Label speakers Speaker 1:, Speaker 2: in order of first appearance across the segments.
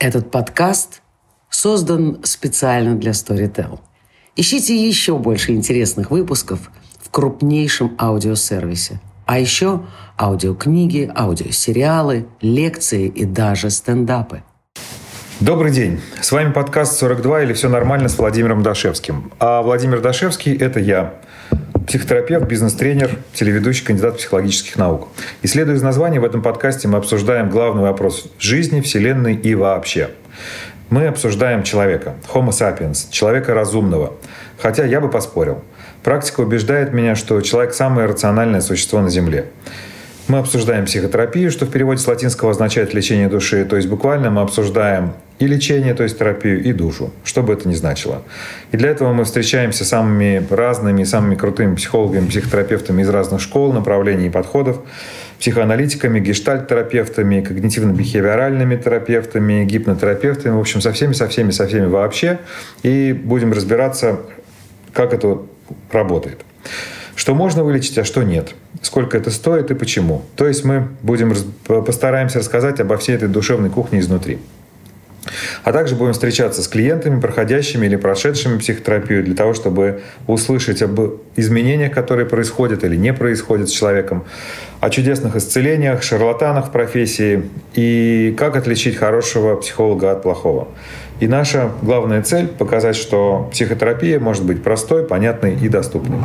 Speaker 1: Этот подкаст создан специально для Storytel. Ищите еще больше интересных выпусков в крупнейшем аудиосервисе. А еще аудиокниги, аудиосериалы, лекции и даже стендапы.
Speaker 2: Добрый день. С вами подкаст «42 или все нормально» с Владимиром Дашевским. А Владимир Дашевский – это я. Психотерапевт, бизнес-тренер, телеведущий, кандидат психологических наук. Исследуя из названия, в этом подкасте мы обсуждаем главный вопрос жизни, Вселенной и вообще. Мы обсуждаем человека, Homo sapiens, человека разумного. Хотя я бы поспорил. Практика убеждает меня, что человек – самое рациональное существо на Земле. Мы обсуждаем психотерапию, что в переводе с латинского означает лечение души. То есть буквально мы обсуждаем и лечение, то есть терапию, и душу, что бы это ни значило. И для этого мы встречаемся с самыми разными, самыми крутыми психологами, психотерапевтами из разных школ, направлений и подходов, психоаналитиками, гештальт-терапевтами, когнитивно-бихевиоральными терапевтами, гипнотерапевтами, в общем, со всеми вообще. И будем разбираться, как это работает. Что можно вылечить, а что нет. Сколько это стоит и почему. То есть мы постараемся рассказать обо всей этой душевной кухне изнутри. А также будем встречаться с клиентами, проходящими или прошедшими психотерапию, для того, чтобы услышать об изменениях, которые происходят или не происходят с человеком, о чудесных исцелениях, шарлатанах в профессии и как отличить хорошего психолога от плохого. И наша главная цель – показать, что психотерапия может быть простой, понятной и доступной.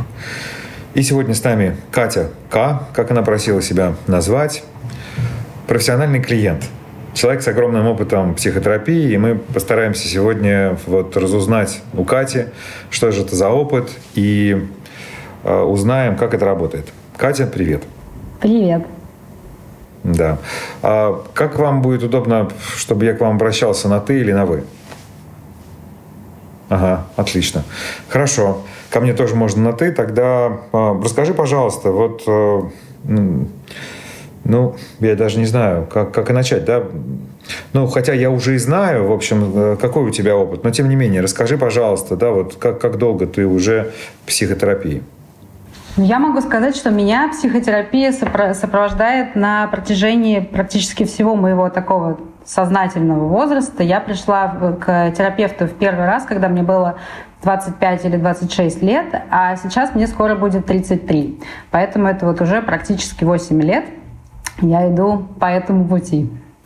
Speaker 2: И сегодня с нами Катя К., как она просила себя назвать, профессиональный клиент, человек с огромным опытом психотерапии, и мы постараемся сегодня разузнать у Кати, что же это за опыт, и узнаем, как это работает. Катя, привет.
Speaker 3: Привет.
Speaker 2: Да. А как вам будет удобно, чтобы я к вам обращался на «ты» или на «вы»? Ага, отлично. Хорошо. Ко мне тоже можно на «ты». Тогда расскажи, пожалуйста, я даже не знаю, как и начать, да? Хотя я уже и знаю, в общем, какой у тебя опыт, но тем не менее, расскажи, пожалуйста, да, как долго ты уже в психотерапии?
Speaker 3: Я могу сказать, что меня психотерапия сопровождает на протяжении практически всего моего такого сознательного возраста. Я пришла к терапевту в первый раз, когда мне было 25 или 26 лет, а сейчас мне скоро будет 33. Поэтому это уже практически 8 лет я иду по этому пути.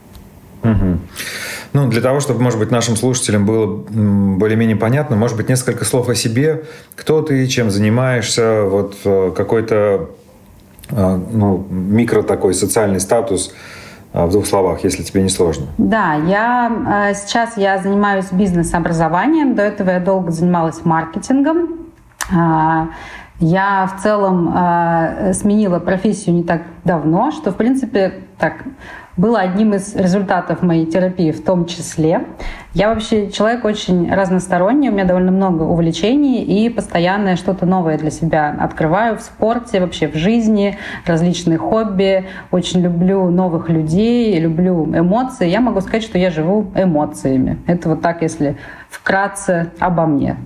Speaker 2: Угу. Для того, чтобы, может быть, нашим слушателям было более-менее понятно, может быть, несколько слов о себе. Кто ты, чем занимаешься, какой-то микро такой социальный статус в двух словах, если тебе не сложно.
Speaker 3: Да, сейчас я занимаюсь бизнес-образованием. До этого я долго занималась маркетингом. Я в целом сменила профессию не так давно, что, в принципе, было одним из результатов моей терапии в том числе. Я вообще человек очень разносторонний, у меня довольно много увлечений и постоянно что-то новое для себя открываю в спорте, вообще в жизни, различные хобби. Очень люблю новых людей, люблю эмоции. Я могу сказать, что я живу эмоциями. Это так, если вкратце обо мне.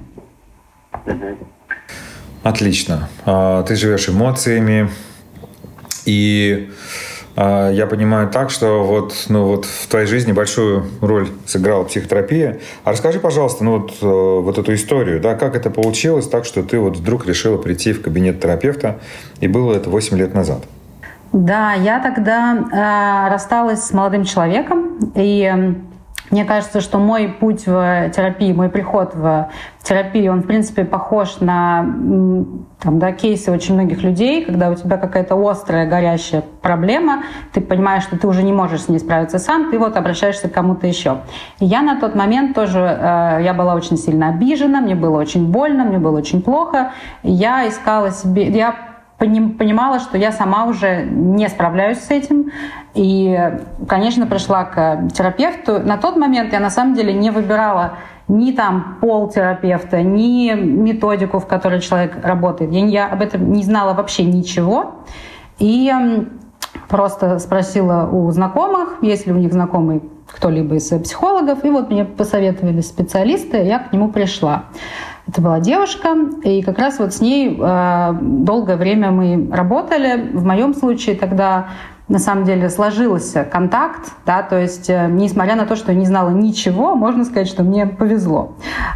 Speaker 2: Отлично. Ты живешь эмоциями, и я понимаю так, что в твоей жизни большую роль сыграла психотерапия. А расскажи, пожалуйста, эту историю, да, как это получилось так, что ты вдруг решила прийти в кабинет терапевта, и было это 8 лет назад?
Speaker 3: Да, я тогда рассталась с молодым человеком, и мне кажется, что мой путь в терапии, мой приход в терапию, он, в принципе, похож на кейсы очень многих людей, когда у тебя какая-то острая, горящая проблема, ты понимаешь, что ты уже не можешь с ней справиться сам, ты обращаешься к кому-то еще. И я на тот момент тоже, я была очень сильно обижена, мне было очень больно, мне было очень плохо. Я искала себе, я понимала, что я сама уже не справляюсь с этим. И, конечно, пришла к терапевту. На тот момент я на самом деле не выбирала ни пол терапевта, ни методику, в которой человек работает. Я об этом не знала вообще ничего. И просто спросила у знакомых, есть ли у них знакомый кто-либо из психологов. И мне посоветовали специалисты, я к нему пришла. Это была девушка, и как раз с ней долгое время мы работали. В моем случае тогда на самом деле сложился контакт, да, то есть несмотря на то, что я не знала ничего, можно сказать, что мне повезло.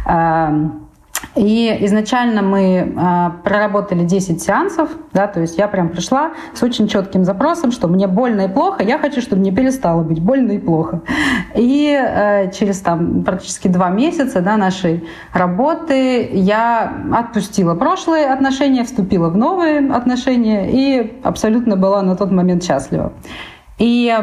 Speaker 3: И изначально мы проработали 10 сеансов, да, то есть я прям пришла с очень четким запросом, что мне больно и плохо, я хочу, чтобы мне перестало быть больно и плохо. И через практически 2 месяца, да, нашей работы я отпустила прошлые отношения, вступила в новые отношения и абсолютно была на тот момент счастлива. И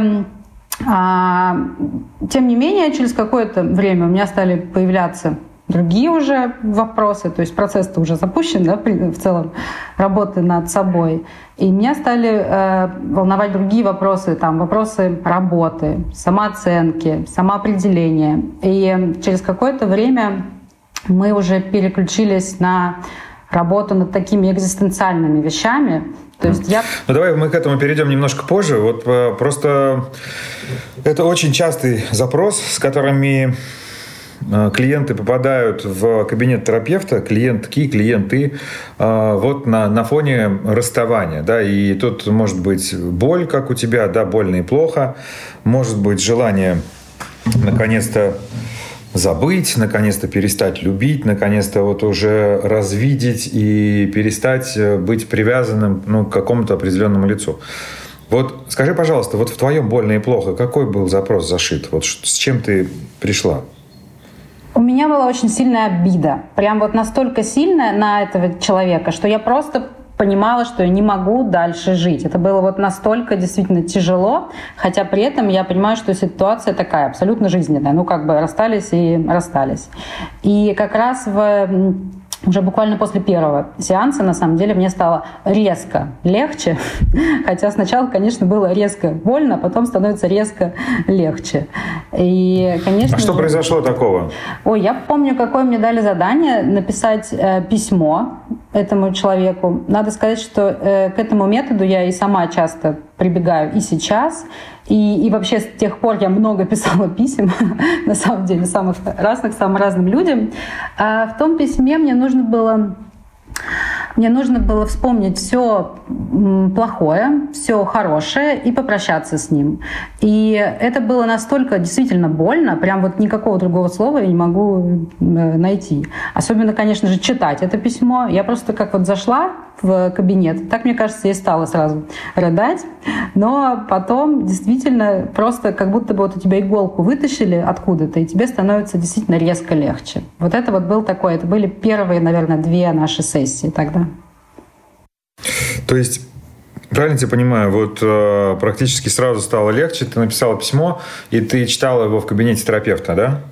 Speaker 3: тем не менее, через какое-то время у меня стали появляться другие уже вопросы, то есть процесс-то уже запущен, да, в целом, работы над собой. И меня стали волновать другие вопросы, вопросы работы, самооценки, самоопределения. И через какое-то время мы уже переключились на работу над такими экзистенциальными вещами. То есть
Speaker 2: Ну, давай мы к этому перейдем немножко позже. Вот просто это очень частый запрос, с которыми клиенты попадают в кабинет терапевта, клиенты, вот на фоне расставания. Да, и тут может быть боль, как у тебя, да, больно и плохо. Может быть желание наконец-то забыть, наконец-то перестать любить, наконец-то вот уже развидеть и перестать быть привязанным, к какому-то определенному лицу. Вот скажи, пожалуйста, вот в твоем больно и плохо, какой был запрос зашит? Вот с чем ты пришла?
Speaker 3: У меня была очень сильная обида. Прям вот настолько сильная на этого человека, что я просто понимала, что я не могу дальше жить. Это было вот настолько действительно тяжело, хотя при этом я понимаю, что ситуация такая абсолютно жизненная. Расстались и расстались. И как раз уже буквально после первого сеанса, на самом деле, мне стало резко легче. Хотя сначала, конечно, было резко больно, а потом становится резко легче. И, конечно,
Speaker 2: что произошло такого?
Speaker 3: Я помню, какое мне дали задание написать письмо этому человеку. Надо сказать, что к этому методу я и сама часто прибегаю и сейчас. И вообще с тех пор я много писала писем, на самом деле, самым разным людям. А в том письме мне нужно было вспомнить все плохое, все хорошее и попрощаться с ним. И это было настолько действительно больно, прям вот никакого другого слова я не могу найти. Особенно, конечно же, читать это письмо. Я просто как вот зашла в кабинет, так, мне кажется, я стала сразу рыдать. Но потом действительно просто как будто бы вот у тебя иголку вытащили откуда-то, и тебе становится действительно резко легче. Вот это вот был такой, это были первые, наверное, 2 наши сессии тогда.
Speaker 2: То есть, правильно я понимаю, вот практически сразу стало легче, ты написала письмо, и ты читала его в кабинете терапевта, да?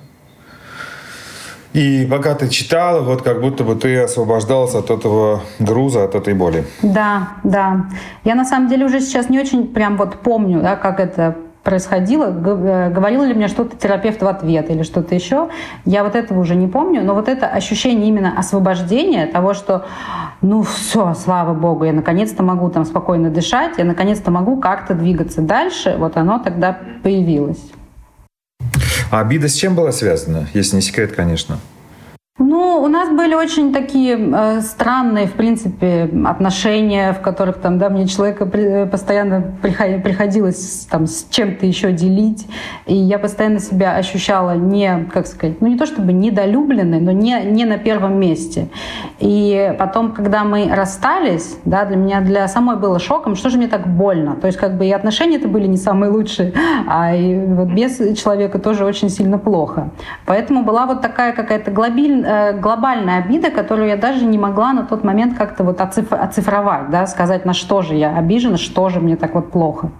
Speaker 2: И пока ты читала, вот как будто бы ты освобождалась от этого груза, от этой боли.
Speaker 3: Да. Я на самом деле уже сейчас не очень прям вот помню, да, как это происходило, говорил ли мне что-то терапевт в ответ или что-то еще. Я вот этого уже не помню, но вот это ощущение именно освобождения, того, что все, слава богу, я наконец-то могу там спокойно дышать, я наконец-то могу как-то двигаться дальше, вот оно тогда появилось.
Speaker 2: А обида с чем была связана, если не секрет, конечно?
Speaker 3: У нас были очень такие странные, в принципе, отношения, в которых мне человека постоянно приходилось с чем-то еще делить. И я постоянно себя ощущала не то чтобы недолюбленной, но не на первом месте. И потом, когда мы расстались, да, для самой было шоком, что же мне так больно. То есть и отношения-то были не самые лучшие, а и вот без человека тоже очень сильно плохо. Поэтому была вот такая какая-то глобальная обида, которую я даже не могла на тот момент как-то вот оцифровать, да, сказать, на что же я обижена, что же мне так вот плохо.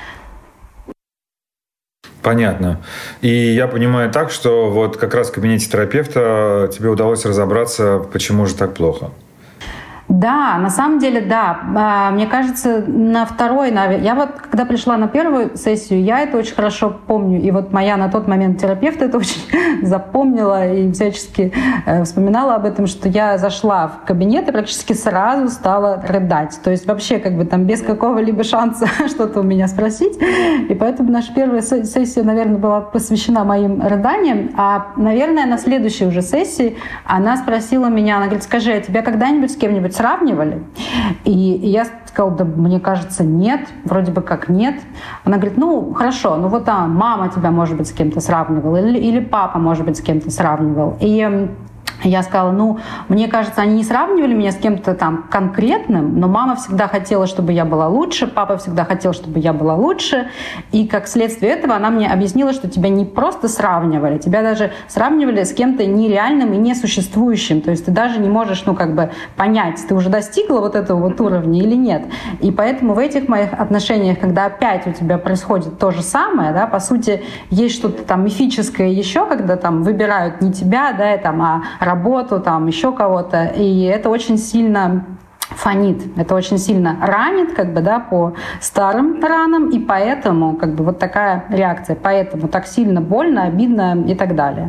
Speaker 2: Понятно. И я понимаю так, что вот как раз в кабинете терапевта тебе удалось разобраться, почему же так плохо.
Speaker 3: Да, на самом деле, да. Мне кажется, на второй, я вот, когда пришла на первую сессию, я это очень хорошо помню. И вот моя на тот момент терапевт это очень запомнила и всячески вспоминала об этом, что я зашла в кабинет и практически сразу стала рыдать. То есть вообще без какого-либо шанса что-то у меня спросить. И поэтому наша первая сессия, наверное, была посвящена моим рыданиям. А, наверное, на следующей уже сессии она спросила меня, она говорит, скажи, а тебя когда-нибудь с кем-нибудь кем-нибудь сравнивали? И я сказала, да мне кажется, нет, вроде бы как нет. Она говорит, ну хорошо, ну вот мама тебя, может быть, с кем-то сравнивала, или папа, может быть, с кем-то сравнивал. И я сказала, ну, мне кажется, они не сравнивали меня с кем-то там конкретным, но мама всегда хотела, чтобы я была лучше, папа всегда хотел, чтобы я была лучше. И как следствие этого она мне объяснила, что тебя не просто сравнивали, тебя даже сравнивали с кем-то нереальным и несуществующим. То есть ты даже не можешь, ну, как бы понять, ты уже достигла вот этого вот уровня или нет. И поэтому в этих моих отношениях, когда опять у тебя происходит то же самое, да, по сути, есть что-то там мифическое еще, когда там выбирают не тебя, да, и, там, а работу, там, еще кого-то, и это очень сильно фонит, это очень сильно ранит, как бы, да, по старым ранам, и поэтому, как бы, вот такая реакция, поэтому так сильно больно, обидно и так далее.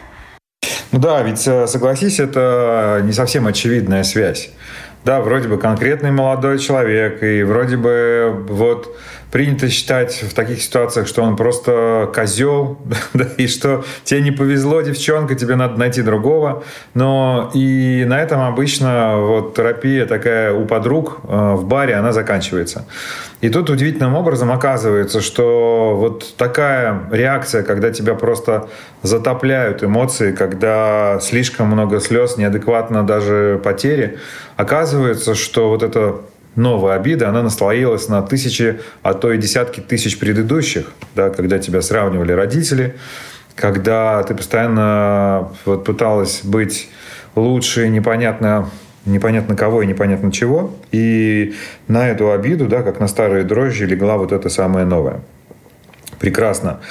Speaker 2: Ну да, ведь, согласись, это не совсем очевидная связь. Да, вроде бы конкретный молодой человек, и вроде бы вот принято считать в таких ситуациях, что он просто козел, да, и что тебе не повезло, девчонка, тебе надо найти другого. Но и на этом обычно вот терапия такая у подруг в баре, она заканчивается. И тут удивительным образом оказывается, что вот такая реакция, когда тебя просто затопляют эмоции, когда слишком много слез, неадекватно даже потери, оказывается, что вот эта новая обида, она наслоилась на тысячи, а то и десятки тысяч предыдущих, да, когда тебя сравнивали родители, когда ты постоянно вот пыталась быть лучше, непонятно кого и непонятно чего. И на эту обиду, да, как на старые дрожжи, легла вот эта самая новая. Прекрасно.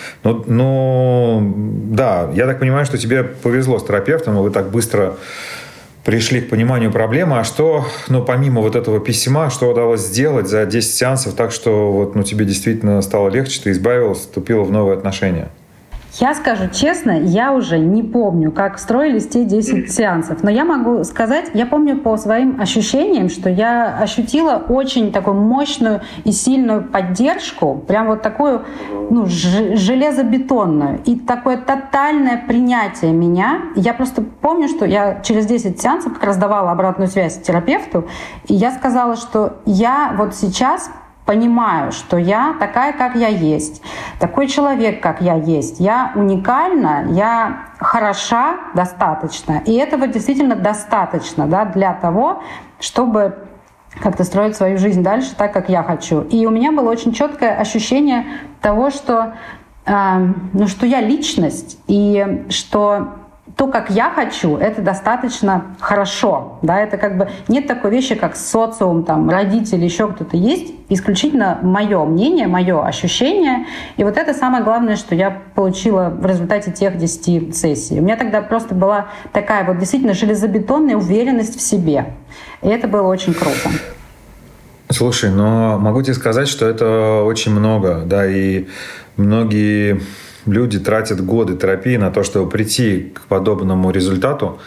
Speaker 2: Ну, да, я так понимаю, что тебе повезло с терапевтом, и вы так быстро пришли к пониманию проблемы. А что, ну, помимо вот этого письма, что удалось сделать за 10 сеансов так, что вот, ну, тебе действительно стало легче, ты избавилась, вступила в новые отношения?
Speaker 3: Я скажу честно, я уже не помню, как строились те 10 сеансов. Но я могу сказать, я помню по своим ощущениям, что я ощутила очень такую мощную и сильную поддержку, прям вот такую, ну, железобетонную. И такое тотальное принятие меня. Я просто помню, что я через 10 сеансов как раз давала обратную связь терапевту, и я сказала, что я вот сейчас понимаю, что я такая, как я есть, такой человек, как я есть. Я уникальна, я хороша достаточно. И этого действительно достаточно, да, для того, чтобы как-то строить свою жизнь дальше так, как я хочу. И у меня было очень четкое ощущение того, что, что я личность, и что то, как я хочу, это достаточно хорошо. Да? Это как бы нет такой вещи, как социум, там, родители, еще кто-то. Есть исключительно мое мнение, мое ощущение. И вот это самое главное, что я получила в результате тех 10 сессий. У меня тогда просто была такая вот действительно железобетонная уверенность в себе. И это было очень круто.
Speaker 2: Слушай, но могу тебе сказать, что это очень много, да, и многие люди тратят годы терапии на то, чтобы прийти к подобному результату.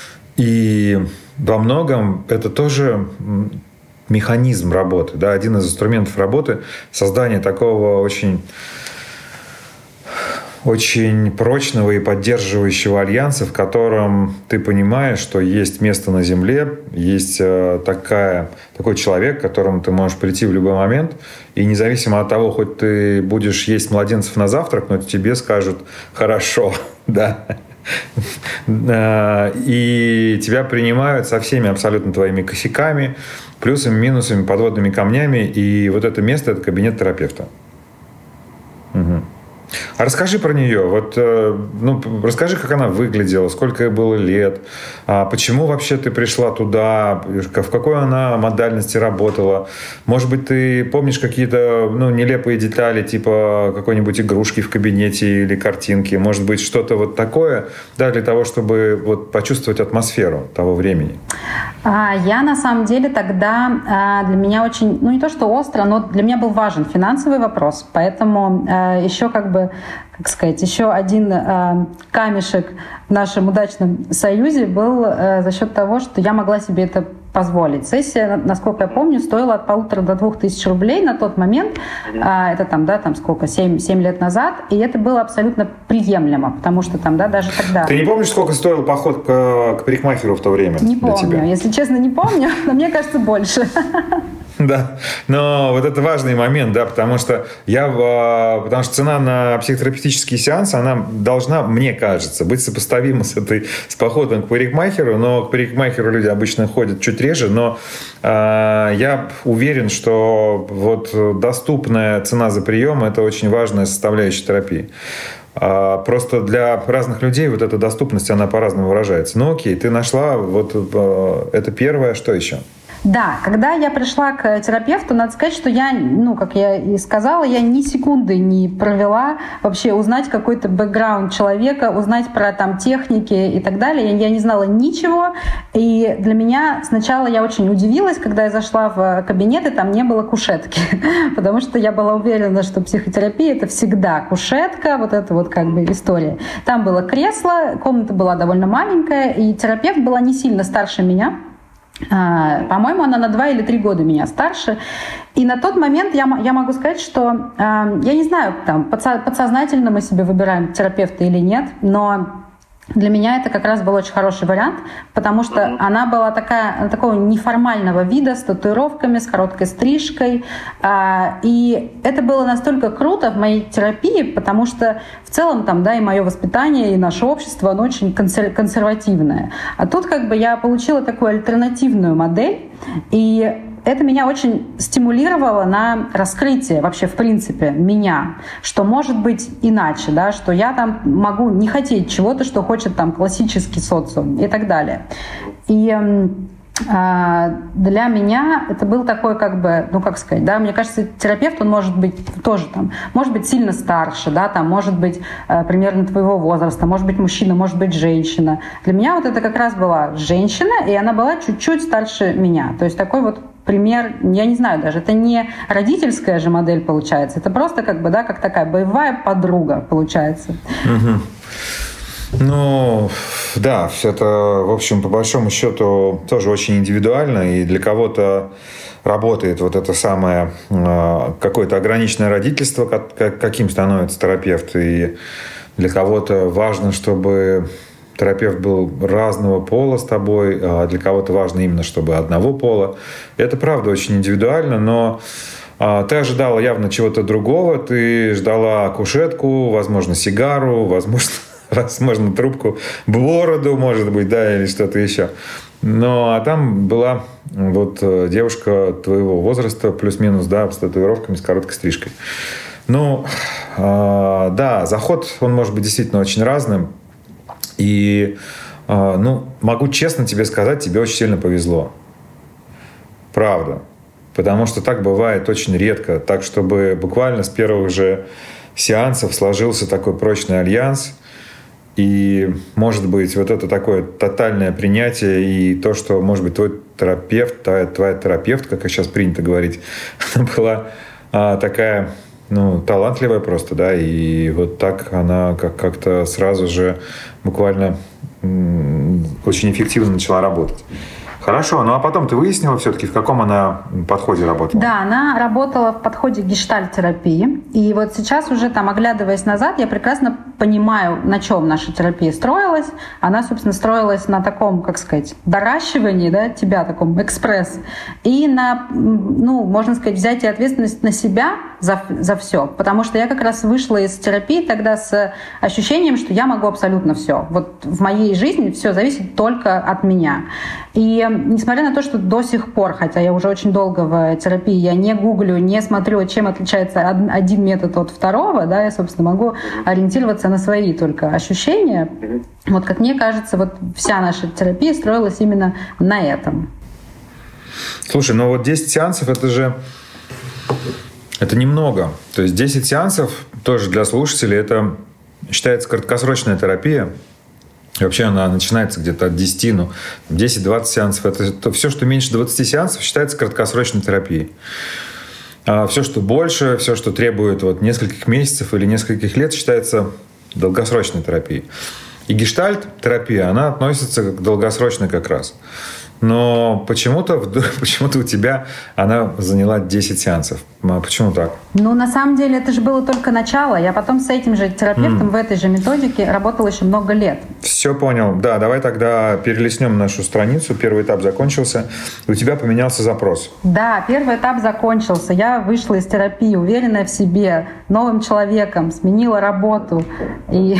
Speaker 2: И во многом это тоже механизм работы, да, один из инструментов работы — создание такого очень прочного и поддерживающего альянса, в котором ты понимаешь, что есть место на земле, есть такой человек, к которому ты можешь прийти в любой момент, и независимо от того, хоть ты будешь есть младенцев на завтрак, но тебе скажут «хорошо», да, и тебя принимают со всеми абсолютно твоими косяками, плюсами, минусами, подводными камнями, и вот это место — это кабинет терапевта. Угу. А расскажи про нее. Вот, расскажи, как она выглядела, сколько ей было лет, почему вообще ты пришла туда, в какой она модальности работала. Может быть, ты помнишь какие-то нелепые детали, типа какой-нибудь игрушки в кабинете или картинки. Может быть, что-то вот такое, да, для того, чтобы вот почувствовать атмосферу того времени.
Speaker 3: Я на самом деле тогда для меня очень, не то что остро, но для меня был важен финансовый вопрос. Поэтому еще еще один камешек в нашем удачном союзе был за счет того, что я могла себе это позволить. Сессия, насколько я помню, стоила от 1500 до 2000 рублей на тот момент. Это там сколько, 7 лет назад. И это было абсолютно приемлемо, потому что там, даже тогда...
Speaker 2: Ты не помнишь, сколько стоил поход к парикмахеру в то время?
Speaker 3: Не помню. Если честно, не помню, но мне кажется, больше.
Speaker 2: Да, но вот это важный момент, да, потому что цена на психотерапевтические сеансы, она должна, мне кажется, быть сопоставима с походом к парикмахеру, но к парикмахеру люди обычно ходят чуть реже, но я уверен, что вот доступная цена за прием – это очень важная составляющая терапии. Просто для разных людей вот эта доступность, она по-разному выражается. Ну окей, ты нашла вот это первое, что еще?
Speaker 3: Да, когда я пришла к терапевту, надо сказать, что я, как я и сказала, я ни секунды не провела вообще узнать какой-то бэкграунд человека, узнать про там техники и так далее. Я не знала ничего. И для меня сначала я очень удивилась, когда я зашла в кабинет, и там не было кушетки. Потому что я была уверена, что психотерапия — это всегда кушетка, вот эта вот как бы история. Там было кресло, комната была довольно маленькая, и терапевт была не сильно старше меня. По-моему, она на 2 или 3 года меня старше. И на тот момент я могу сказать, что я не знаю, там, подсознательно мы себе выбираем терапевта или нет, но для меня это как раз был очень хороший вариант, потому что она была такого неформального вида, с татуировками, с короткой стрижкой. И это было настолько круто в моей терапии, потому что в целом там, и мое воспитание, и наше общество, оно очень консервативное. А тут как бы я получила такую альтернативную модель, и это меня очень стимулировало на раскрытие вообще, в принципе, меня, что может быть иначе, что я там могу не хотеть чего-то, что хочет там классический социум и так далее. И для меня это был такой, как бы, мне кажется, терапевт, он может быть тоже там, может быть сильно старше, может быть примерно твоего возраста, может быть мужчина, может быть женщина. Для меня вот это как раз была женщина, и она была чуть-чуть старше меня. То есть такой вот пример, я не знаю даже, это не родительская же модель получается, это просто как такая боевая подруга получается.
Speaker 2: Ну, да, все это, в общем, по большому счету тоже очень индивидуально, и для кого-то работает вот это самое какое-то ограниченное родительство, каким становится терапевт, и для кого-то важно, чтобы терапевт был разного пола с тобой, а для кого-то важно именно, чтобы одного пола. Это, правда, очень индивидуально, но ты ожидала явно чего-то другого, ты ждала кушетку, возможно, сигару, возможно, трубку, бороду, может быть, или что-то еще. А там была вот девушка твоего возраста, плюс-минус, с татуировками, с короткой стрижкой. Заход, он может быть действительно очень разным. И, могу честно тебе сказать, тебе очень сильно повезло. Правда. Потому что так бывает очень редко. Так, чтобы буквально с первых же сеансов сложился такой прочный альянс. И, может быть, вот это такое тотальное принятие и то, что, может быть, твой терапевт, твоя терапевтка, как сейчас принято говорить, она была такая, талантливая просто, и вот так она как-то сразу же буквально очень эффективно начала работать. Хорошо, а потом ты выяснила все-таки, в каком она подходе работала?
Speaker 3: Да, она работала в подходе гештальт-терапии. И вот сейчас уже оглядываясь назад, я прекрасно понимаю, на чем наша терапия строилась. Она, собственно, строилась на таком, доращивании, тебя, таком экспресс. И на, можно сказать, взятие ответственности на себя за все. Потому что я как раз вышла из терапии тогда с ощущением, что я могу абсолютно все. Вот в моей жизни все зависит только от меня. И несмотря на то, что до сих пор, хотя я уже очень долго в терапии, я не гуглю, не смотрю, чем отличается один метод от второго, я, собственно, могу ориентироваться на свои только ощущения. Вот, как мне кажется, вот вся наша терапия строилась именно на этом.
Speaker 2: Слушай, 10 сеансов это немного. То есть 10 сеансов тоже для слушателей это считается краткосрочная терапия. И вообще она начинается где-то от 10, 10-20 сеансов. Это все, что меньше 20 сеансов, считается краткосрочной терапией. А все, что больше, все, что требует нескольких месяцев или нескольких лет, считается долгосрочной терапией. И гештальт-терапия, она относится к долгосрочной как раз. Но почему-то у тебя она заняла 10 сеансов. Почему так?
Speaker 3: Ну, на самом деле, это же было только начало. Я потом с этим же терапевтом в этой же методике работала еще много лет.
Speaker 2: Все понял. Да, давай тогда перелистнем нашу страницу. Первый этап закончился. У тебя поменялся запрос.
Speaker 3: Да, первый этап закончился. Я вышла из терапии, уверенная в себе, новым человеком, сменила работу. И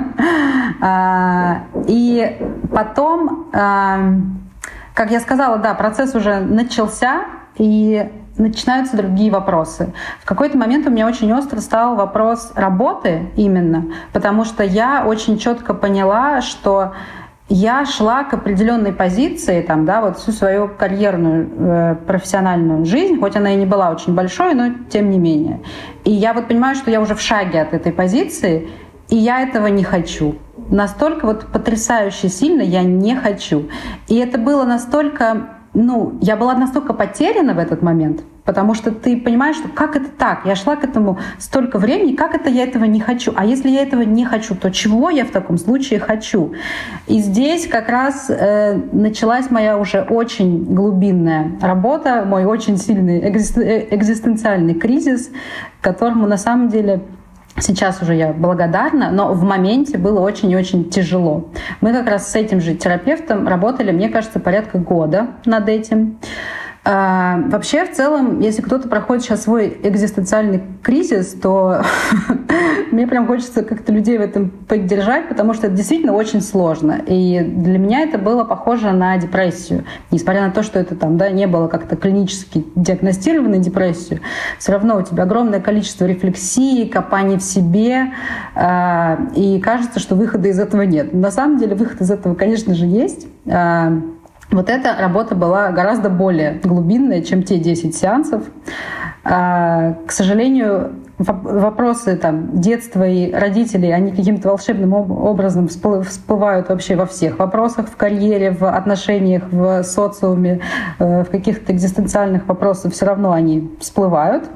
Speaker 3: потом, как я сказала, да, процесс уже начался, и начинаются другие вопросы. В какой-то момент у меня очень остро стал вопрос работы именно, потому что я очень четко поняла, что я шла к определенной позиции, там, да, вот всю свою карьерную, профессиональную жизнь, хоть она и не была очень большой, но тем не менее. И я вот понимаю, что я уже в шаге от этой позиции, и я этого не хочу. Настолько вот потрясающе сильно я не хочу. И это было настолько... я была настолько потеряна в этот момент, потому что ты понимаешь, что как это так? Я шла к этому столько времени, как это я этого не хочу? А если я этого не хочу, то чего я в таком случае хочу? И здесь как раз началась моя уже очень глубинная работа, мой очень сильный экзистенциальный кризис, которому на самом деле... Сейчас уже я благодарна, но в моменте было очень и очень тяжело. Мы как раз с этим же терапевтом работали, мне кажется, порядка года над этим. Вообще, в целом, если кто-то проходит сейчас свой экзистенциальный кризис, то мне прям хочется как-то людей в этом поддержать, потому что это действительно очень сложно. И для меня это было похоже на депрессию. Несмотря на то, что это там, да, не было как-то клинически диагностированной депрессией, все равно у тебя огромное количество рефлексии, копаний в себе, и кажется, что выхода из этого нет. На самом деле выход из этого, конечно же, есть. Вот эта работа была гораздо более глубинная, чем те 10 сеансов. К сожалению, вопросы там, детства и родителей, они каким-то волшебным образом всплывают вообще во всех вопросах, в карьере, в отношениях, в социуме, в каких-то экзистенциальных вопросах все равно они всплывают.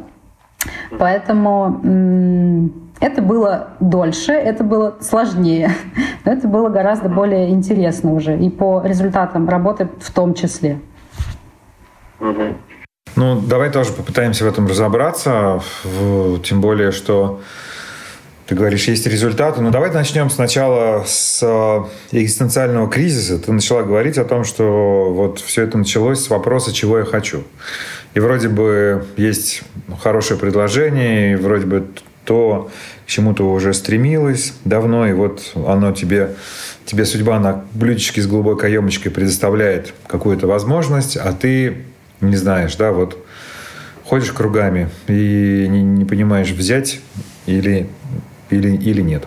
Speaker 3: Поэтому это было дольше, это было сложнее, но это было гораздо более интересно уже, и по результатам работы в том числе.
Speaker 2: Ну, давай тоже попытаемся в этом разобраться, тем более, что ты говоришь, есть результаты. Ну, давай начнем сначала с экзистенциального кризиса. Ты начала говорить о том, что вот все это началось с вопроса, чего я хочу. И вроде бы есть хорошее предложение, и вроде бы то, к чему ты уже стремилась давно, и вот оно тебе судьба на блюдечке с голубой каемочкой предоставляет какую-то возможность, а ты не знаешь, да, вот ходишь кругами и не понимаешь, взять или нет.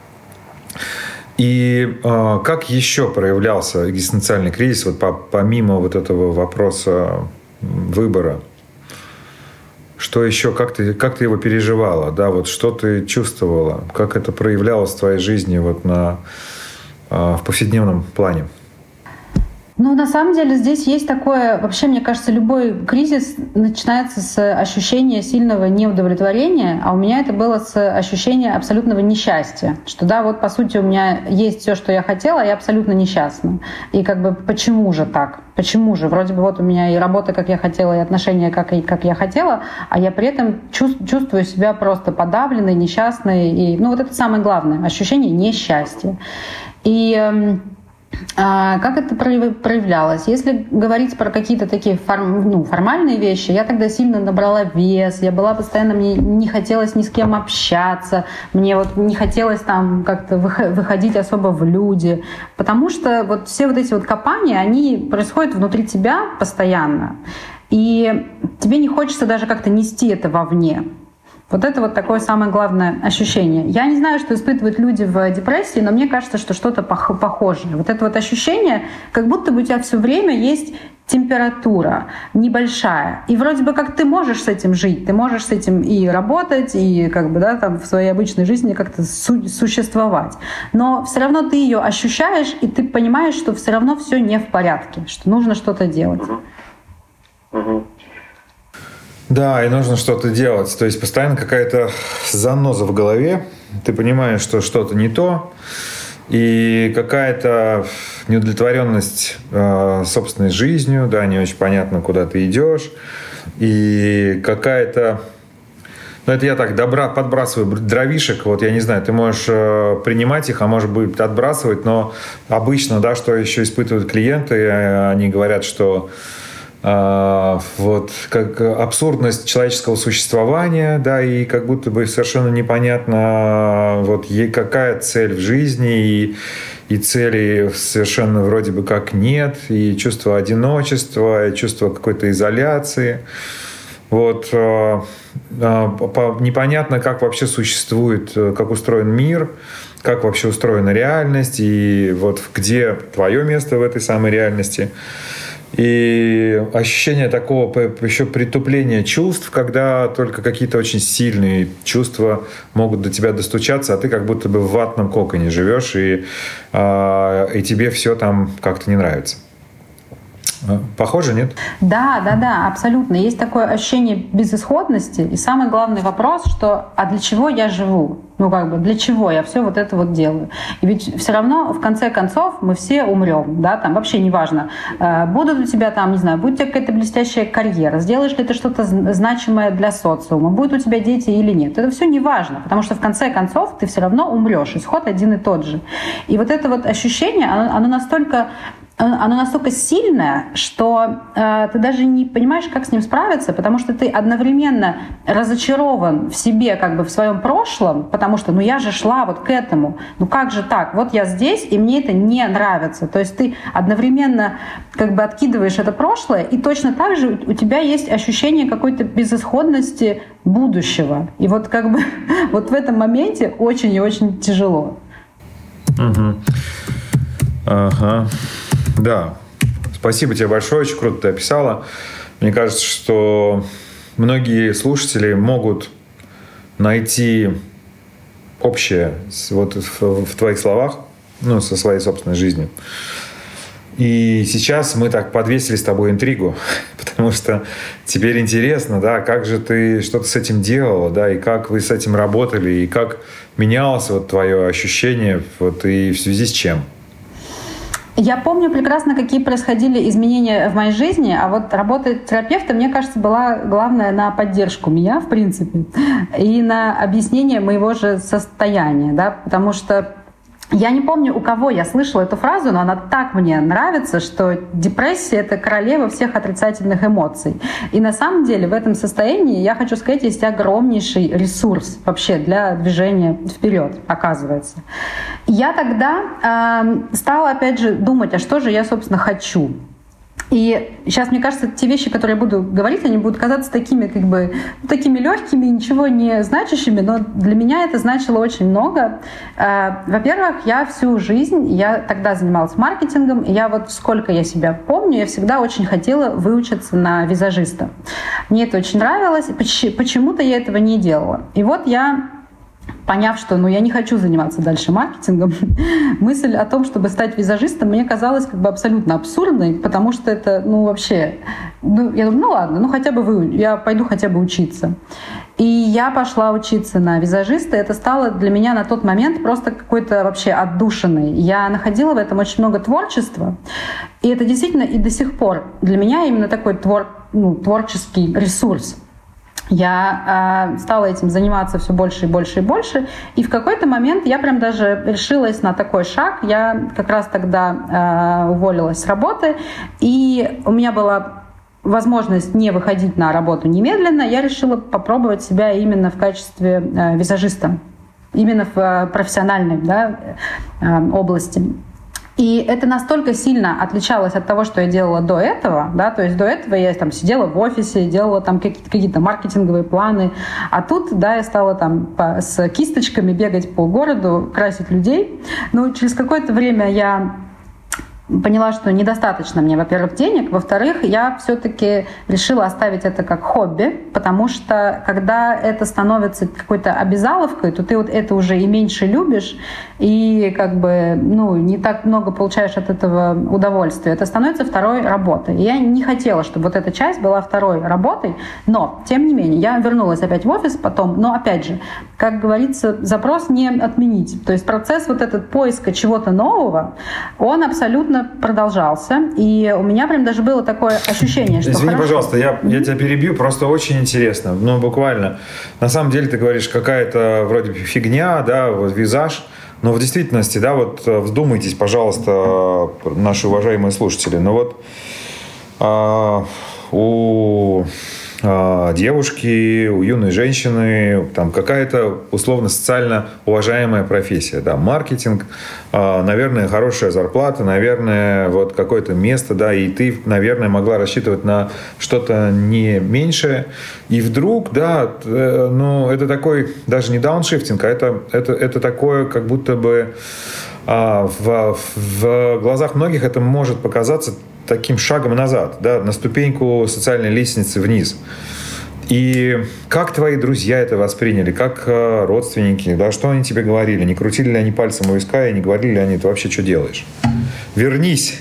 Speaker 2: И как еще проявлялся экзистенциальный кризис, вот помимо вот этого вопроса выбора? Что еще, как ты его переживала, да, вот что ты чувствовала, как это проявлялось в твоей жизни вот в повседневном плане?
Speaker 3: Ну, на самом деле здесь есть такое, вообще, мне кажется, любой кризис начинается с ощущения сильного неудовлетворения, а у меня это было с ощущения абсолютного несчастья, что да, вот по сути у меня есть все, что я хотела, а я абсолютно несчастна. И как бы почему же так? Почему же? Вроде бы вот у меня и работа, как я хотела, и отношения, как я хотела, а я при этом чувствую себя просто подавленной, несчастной. И, ну, вот это самое главное, ощущение несчастья. И как это проявлялось? Если говорить про какие-то такие формальные вещи, я тогда сильно набрала вес, я была постоянно, мне не хотелось ни с кем общаться, мне вот не хотелось там как-то выходить особо в люди, потому что вот все вот эти вот копания, они происходят внутри тебя постоянно, и тебе не хочется даже как-то нести это вовне. Вот это вот такое самое главное ощущение. Я не знаю, что испытывают люди в депрессии, но мне кажется, что что-то похожее. Вот это вот ощущение, как будто бы у тебя все время есть температура небольшая. И вроде бы как ты можешь с этим жить, ты можешь с этим и работать, и как бы, да, там в своей обычной жизни как-то существовать. Но все равно ты ее ощущаешь, и ты понимаешь, что все равно все не в порядке, что нужно что-то делать.
Speaker 2: Да, и нужно что-то делать. То есть постоянно какая-то заноза в голове. Ты понимаешь, что что-то не то. и какая-то неудовлетворенность собственной жизнью, да, не очень понятно, куда ты идешь, и какая-то... Ну, это я так подбрасываю дровишек, вот я не знаю, ты можешь принимать их, а может быть отбрасывать, но обычно, да, что еще испытывают клиенты, они говорят, что вот как абсурдность человеческого существования, да, и как будто бы совершенно непонятно, вот какая цель в жизни, и цели совершенно вроде бы как нет, и чувство одиночества, и чувство какой-то изоляции. Вот непонятно, как вообще существует, как устроен мир, как вообще устроена реальность, и вот где твое место в этой самой реальности. И ощущение такого еще притупления чувств, когда только какие-то очень сильные чувства могут до тебя достучаться, а ты как будто бы в ватном коконе живешь, и тебе все там как-то не нравится. Похоже, нет?
Speaker 3: Да, абсолютно. Есть такое ощущение безысходности. И самый главный вопрос, что а для чего я живу? Ну, как бы, для чего я все вот это вот делаю? И ведь все равно, в конце концов, мы все умрем, да, там вообще неважно, будут у тебя там, не знаю, будет у тебя какая-то блестящая карьера, сделаешь ли ты что-то значимое для социума, будут у тебя дети или нет. Это все неважно, потому что в конце концов ты все равно умрешь, исход один и тот же. И вот это вот ощущение, оно настолько сильное, что ты даже не понимаешь, как с ним справиться, потому что ты одновременно разочарован в себе, как бы в своем прошлом, потому что, я же шла вот к этому, как же так? Вот я здесь, и мне это не нравится. То есть ты одновременно как бы откидываешь это прошлое, и точно так же у тебя есть ощущение какой-то безысходности будущего. И вот как бы вот в этом моменте очень и очень тяжело.
Speaker 2: Угу. Ага. Да, спасибо тебе большое, очень круто ты описала. Мне кажется, что многие слушатели могут найти общее вот в твоих словах, со своей собственной жизнью. И сейчас мы так подвесили с тобой интригу, потому что теперь интересно, да, как же ты что-то с этим делала, да, и как вы с этим работали, и как менялось вот твое ощущение, вот и в связи с чем.
Speaker 3: Я помню прекрасно, какие происходили изменения в моей жизни, а вот работа терапевта, мне кажется, была главная на поддержку меня, в принципе, и на объяснение моего же состояния, да, потому что я не помню, у кого я слышала эту фразу, но она так мне нравится, что депрессия — это королева всех отрицательных эмоций. И на самом деле в этом состоянии, я хочу сказать, есть огромнейший ресурс вообще для движения вперед, оказывается. Я тогда стала, опять же, думать, а что же я, собственно, хочу. И сейчас, мне кажется, те вещи, которые я буду говорить, они будут казаться такими, как бы, такими легкими, ничего не значащими, но для меня это значило очень много. Во-первых, я всю жизнь, я тогда занималась маркетингом, и я вот сколько я себя помню, я всегда очень хотела выучиться на визажиста. Мне это очень нравилось, и почему-то я этого не делала. И вот я, поняв, что я не хочу заниматься дальше маркетингом, мысль о том, чтобы стать визажистом, мне казалась как бы абсолютно абсурдной, потому что это, вообще... я думаю, ладно, хотя бы я пойду хотя бы учиться. И я пошла учиться на визажиста, и это стало для меня на тот момент просто какой-то вообще отдушиной. Я находила в этом очень много творчества, и это действительно и до сих пор для меня именно такой творческий ресурс. Я стала этим заниматься все больше и больше и больше. И в какой-то момент я прям даже решилась на такой шаг. Я как раз тогда уволилась с работы, и у меня была возможность не выходить на работу немедленно. Я решила попробовать себя именно в качестве визажиста, именно в профессиональной области. И это настолько сильно отличалось от того, что я делала до этого, да, то есть до этого я там сидела в офисе, делала там какие-то маркетинговые планы, а тут, я стала там с кисточками бегать по городу, красить людей. Но через какое-то время я поняла, что недостаточно мне, во-первых, денег, во-вторых, я все-таки решила оставить это как хобби, потому что когда это становится какой-то обязаловкой, то ты вот это уже и меньше любишь, и как бы, не так много получаешь от этого удовольствия. Это становится второй работой. И я не хотела, чтобы вот эта часть была второй работой, но, тем не менее, я вернулась опять в офис потом, но, опять же, как говорится, запрос не отменить. То есть процесс вот этот поиска чего-то нового, он абсолютно продолжался, и у меня прям даже было такое ощущение, что...
Speaker 2: Извини, пожалуйста, я тебя перебью, просто очень интересно, буквально. На самом деле ты говоришь, какая-то вроде бы фигня, да, вот визаж, но в действительности, да, вот вдумайтесь, пожалуйста, наши уважаемые слушатели, у девушки, у юной женщины там какая-то условно социально уважаемая профессия, да, маркетинг, наверное, хорошая зарплата, наверное, вот какое-то место, да, и ты, наверное, могла рассчитывать на что-то не меньшее, и вдруг, да, это такой даже не дауншифтинг, а это такое, как будто бы в глазах многих это может показаться таким шагом назад, да, на ступеньку социальной лестницы вниз. И как твои друзья это восприняли, как родственники, да, что они тебе говорили, не крутили ли они пальцем у виска и не говорили ли они, ты вообще что делаешь? Вернись!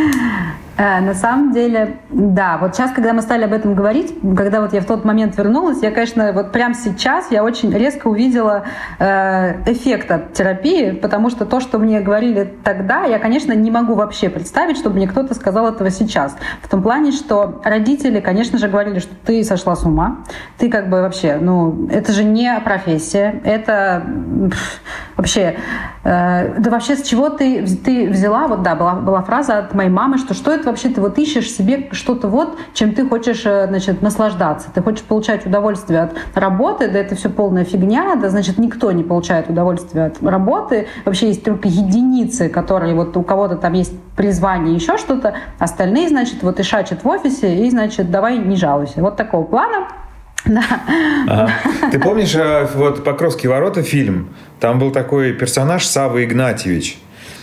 Speaker 3: На самом деле, да, вот сейчас, когда мы стали об этом говорить, когда вот я в тот момент вернулась, я, конечно, вот прямо сейчас я очень резко увидела эффект от терапии, потому что то, что мне говорили тогда, я, конечно, не могу вообще представить, чтобы мне кто-то сказал этого сейчас. В том плане, что родители, конечно же, говорили, что ты сошла с ума, ты как бы вообще, это же не профессия, это вообще, да вообще с чего ты взяла, вот да, была фраза от моей мамы, что это вообще ты вот ищешь себе что-то вот, чем ты хочешь, значит, наслаждаться. Ты хочешь получать удовольствие от работы, да это все полная фигня, да, значит, никто не получает удовольствие от работы. Вообще есть только единицы, которые вот у кого-то там есть призвание, еще что-то. Остальные, значит, вот и шачат в офисе, и, значит, давай не жалуйся. Вот такого плана. Да.
Speaker 2: Ага. Ты помнишь вот «Покровские ворота» фильм? Там был такой персонаж Савва Игнатьевич.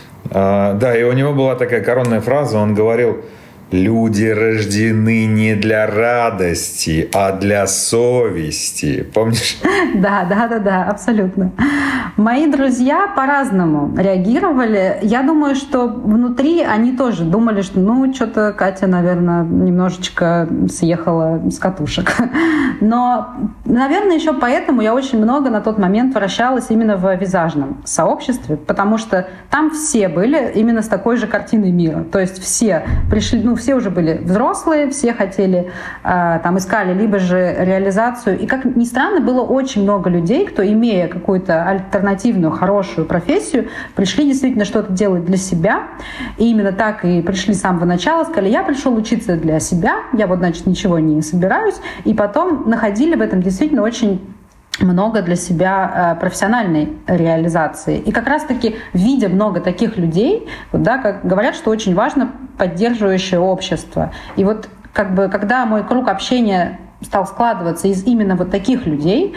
Speaker 2: Да, и у него была такая коронная фраза, он говорил: «Люди рождены не для радости, а для совести». Помнишь?
Speaker 3: Да, абсолютно. Мои друзья по-разному реагировали. Я думаю, что внутри они тоже думали, что что-то Катя, наверное, немножечко съехала с катушек. Но, наверное, еще поэтому я очень много на тот момент вращалась именно в визажном сообществе, потому что там все были именно с такой же картиной мира. То есть все пришли, все уже были взрослые, все хотели, искали либо же реализацию. И, как ни странно, было очень много людей, кто, имея какую-то альтернативную, хорошую профессию, пришли действительно что-то делать для себя. И именно так и пришли с самого начала, сказали: я пришел учиться для себя, я вот, значит, ничего не собираюсь. И потом находили в этом действительно очень много для себя профессиональной реализации. И как раз-таки, видя много таких людей, как говорят, что очень важно поддерживающее общество. И вот когда мой круг общения стал складываться из именно вот таких людей,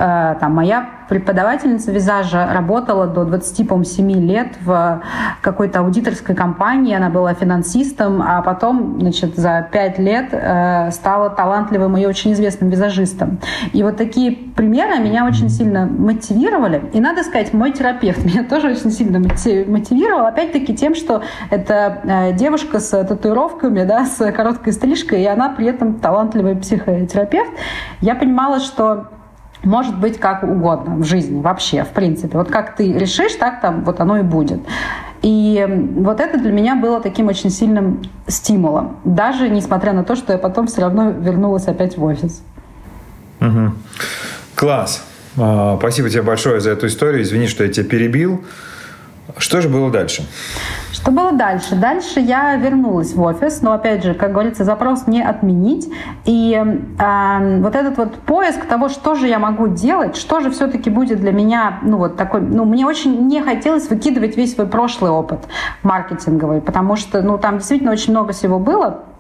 Speaker 3: моя преподавательница визажа работала до 27 лет в какой-то аудиторской компании, она была финансистом, а потом, значит, за 5 лет стала талантливым и очень известным визажистом. И вот такие примеры меня очень сильно мотивировали. И надо сказать, мой терапевт меня тоже очень сильно мотивировал, опять-таки тем, что это девушка с татуировками, да, с короткой стрижкой, и она при этом талантливый психотерапевт. Я понимала, что может быть как угодно в жизни вообще, в принципе. Вот как ты решишь, так там вот оно и будет. И вот это для меня было таким очень сильным стимулом. Даже несмотря на то, что я потом все равно вернулась опять в офис.
Speaker 2: Угу. Класс. Спасибо тебе большое за эту историю. Извини, что я тебя перебил. Что же было дальше?
Speaker 3: Что было дальше? Дальше я вернулась в офис, но, опять же, как говорится, запрос не отменить. И вот этот вот поиск того, что же я могу делать, что же все-таки будет для меня, мне очень не хотелось выкидывать весь свой прошлый опыт маркетинговый, потому что, там действительно очень много всего было.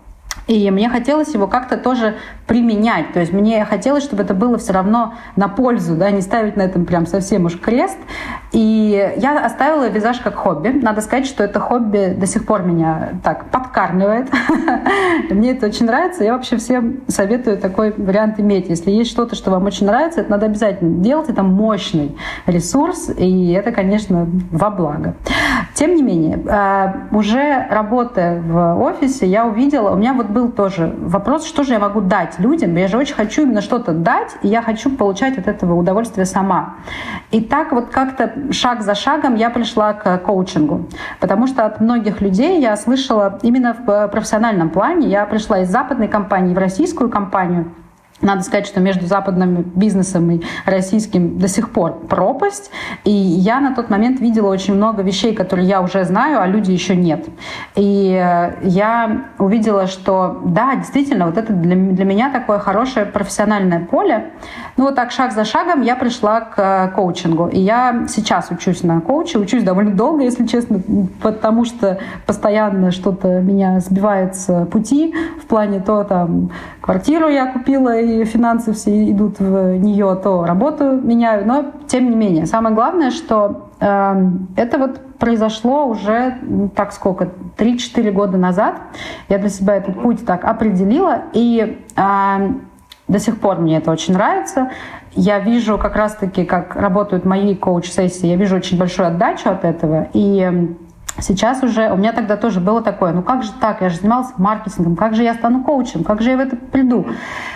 Speaker 3: И мне хотелось его как-то тоже применять. То есть мне хотелось, чтобы это было все равно на пользу, да, не ставить на этом прям совсем уж крест. И я оставила визаж как хобби. Надо сказать, что это хобби до сих пор меня так подкармливает. Мне это очень нравится. Я вообще всем советую такой вариант иметь. Если есть что-то, что вам очень нравится, это надо обязательно делать. Это мощный ресурс, и это, конечно, во благо. Тем не менее, уже работая в офисе, я увидела, у меня вот был тоже вопрос, что же я могу дать людям. Я же очень хочу именно что-то дать, и я хочу получать от этого удовольствие сама. И так вот как-то шаг за шагом я пришла к коучингу. Потому что от многих людей я слышала именно в профессиональном плане. Я пришла из западной компании в российскую компанию. Надо сказать, что между западным бизнесом и российским до сих пор пропасть. И я на тот момент видела очень много вещей, которые я уже знаю, а люди еще нет. И я увидела, что да, действительно, вот это для меня такое хорошее профессиональное поле. Ну вот так шаг за шагом я пришла к коучингу. И я сейчас учусь на коуче, учусь довольно долго, если честно, потому что постоянно что-то меня сбивает с пути. В плане то там квартиру я купила, и финансы все идут в нее, то работу меняю. Но тем не менее, самое главное, что это вот произошло уже, так сколько, 3-4 года назад. Я для себя этот путь так определила, и до сих пор мне это очень нравится. Я вижу как раз-таки, как работают мои коуч-сессии, я вижу очень большую отдачу от этого. И сейчас уже, у меня тогда тоже было такое, ну как же так, я же занималась маркетингом, как же я стану коучем, как же я в это приду?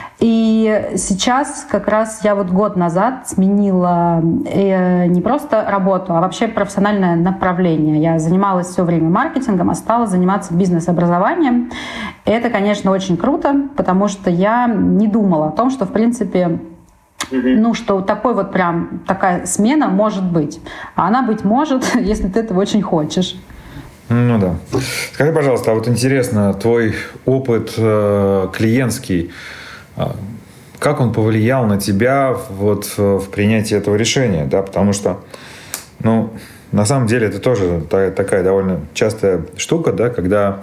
Speaker 3: И сейчас как раз я вот год назад сменила не просто работу, а вообще профессиональное направление. Я занималась все время маркетингом, а стала заниматься бизнес-образованием. И это, конечно, очень круто, потому что я не думала о том, что, в принципе, ну, что такой вот прям такая смена может быть. А она быть может, если ты этого очень хочешь.
Speaker 2: Ну да. Скажи, пожалуйста, а вот интересно, твой опыт клиентский, как он повлиял на тебя вот в принятии этого решения, да, потому что, ну, на самом деле это тоже такая довольно частая штука, да, когда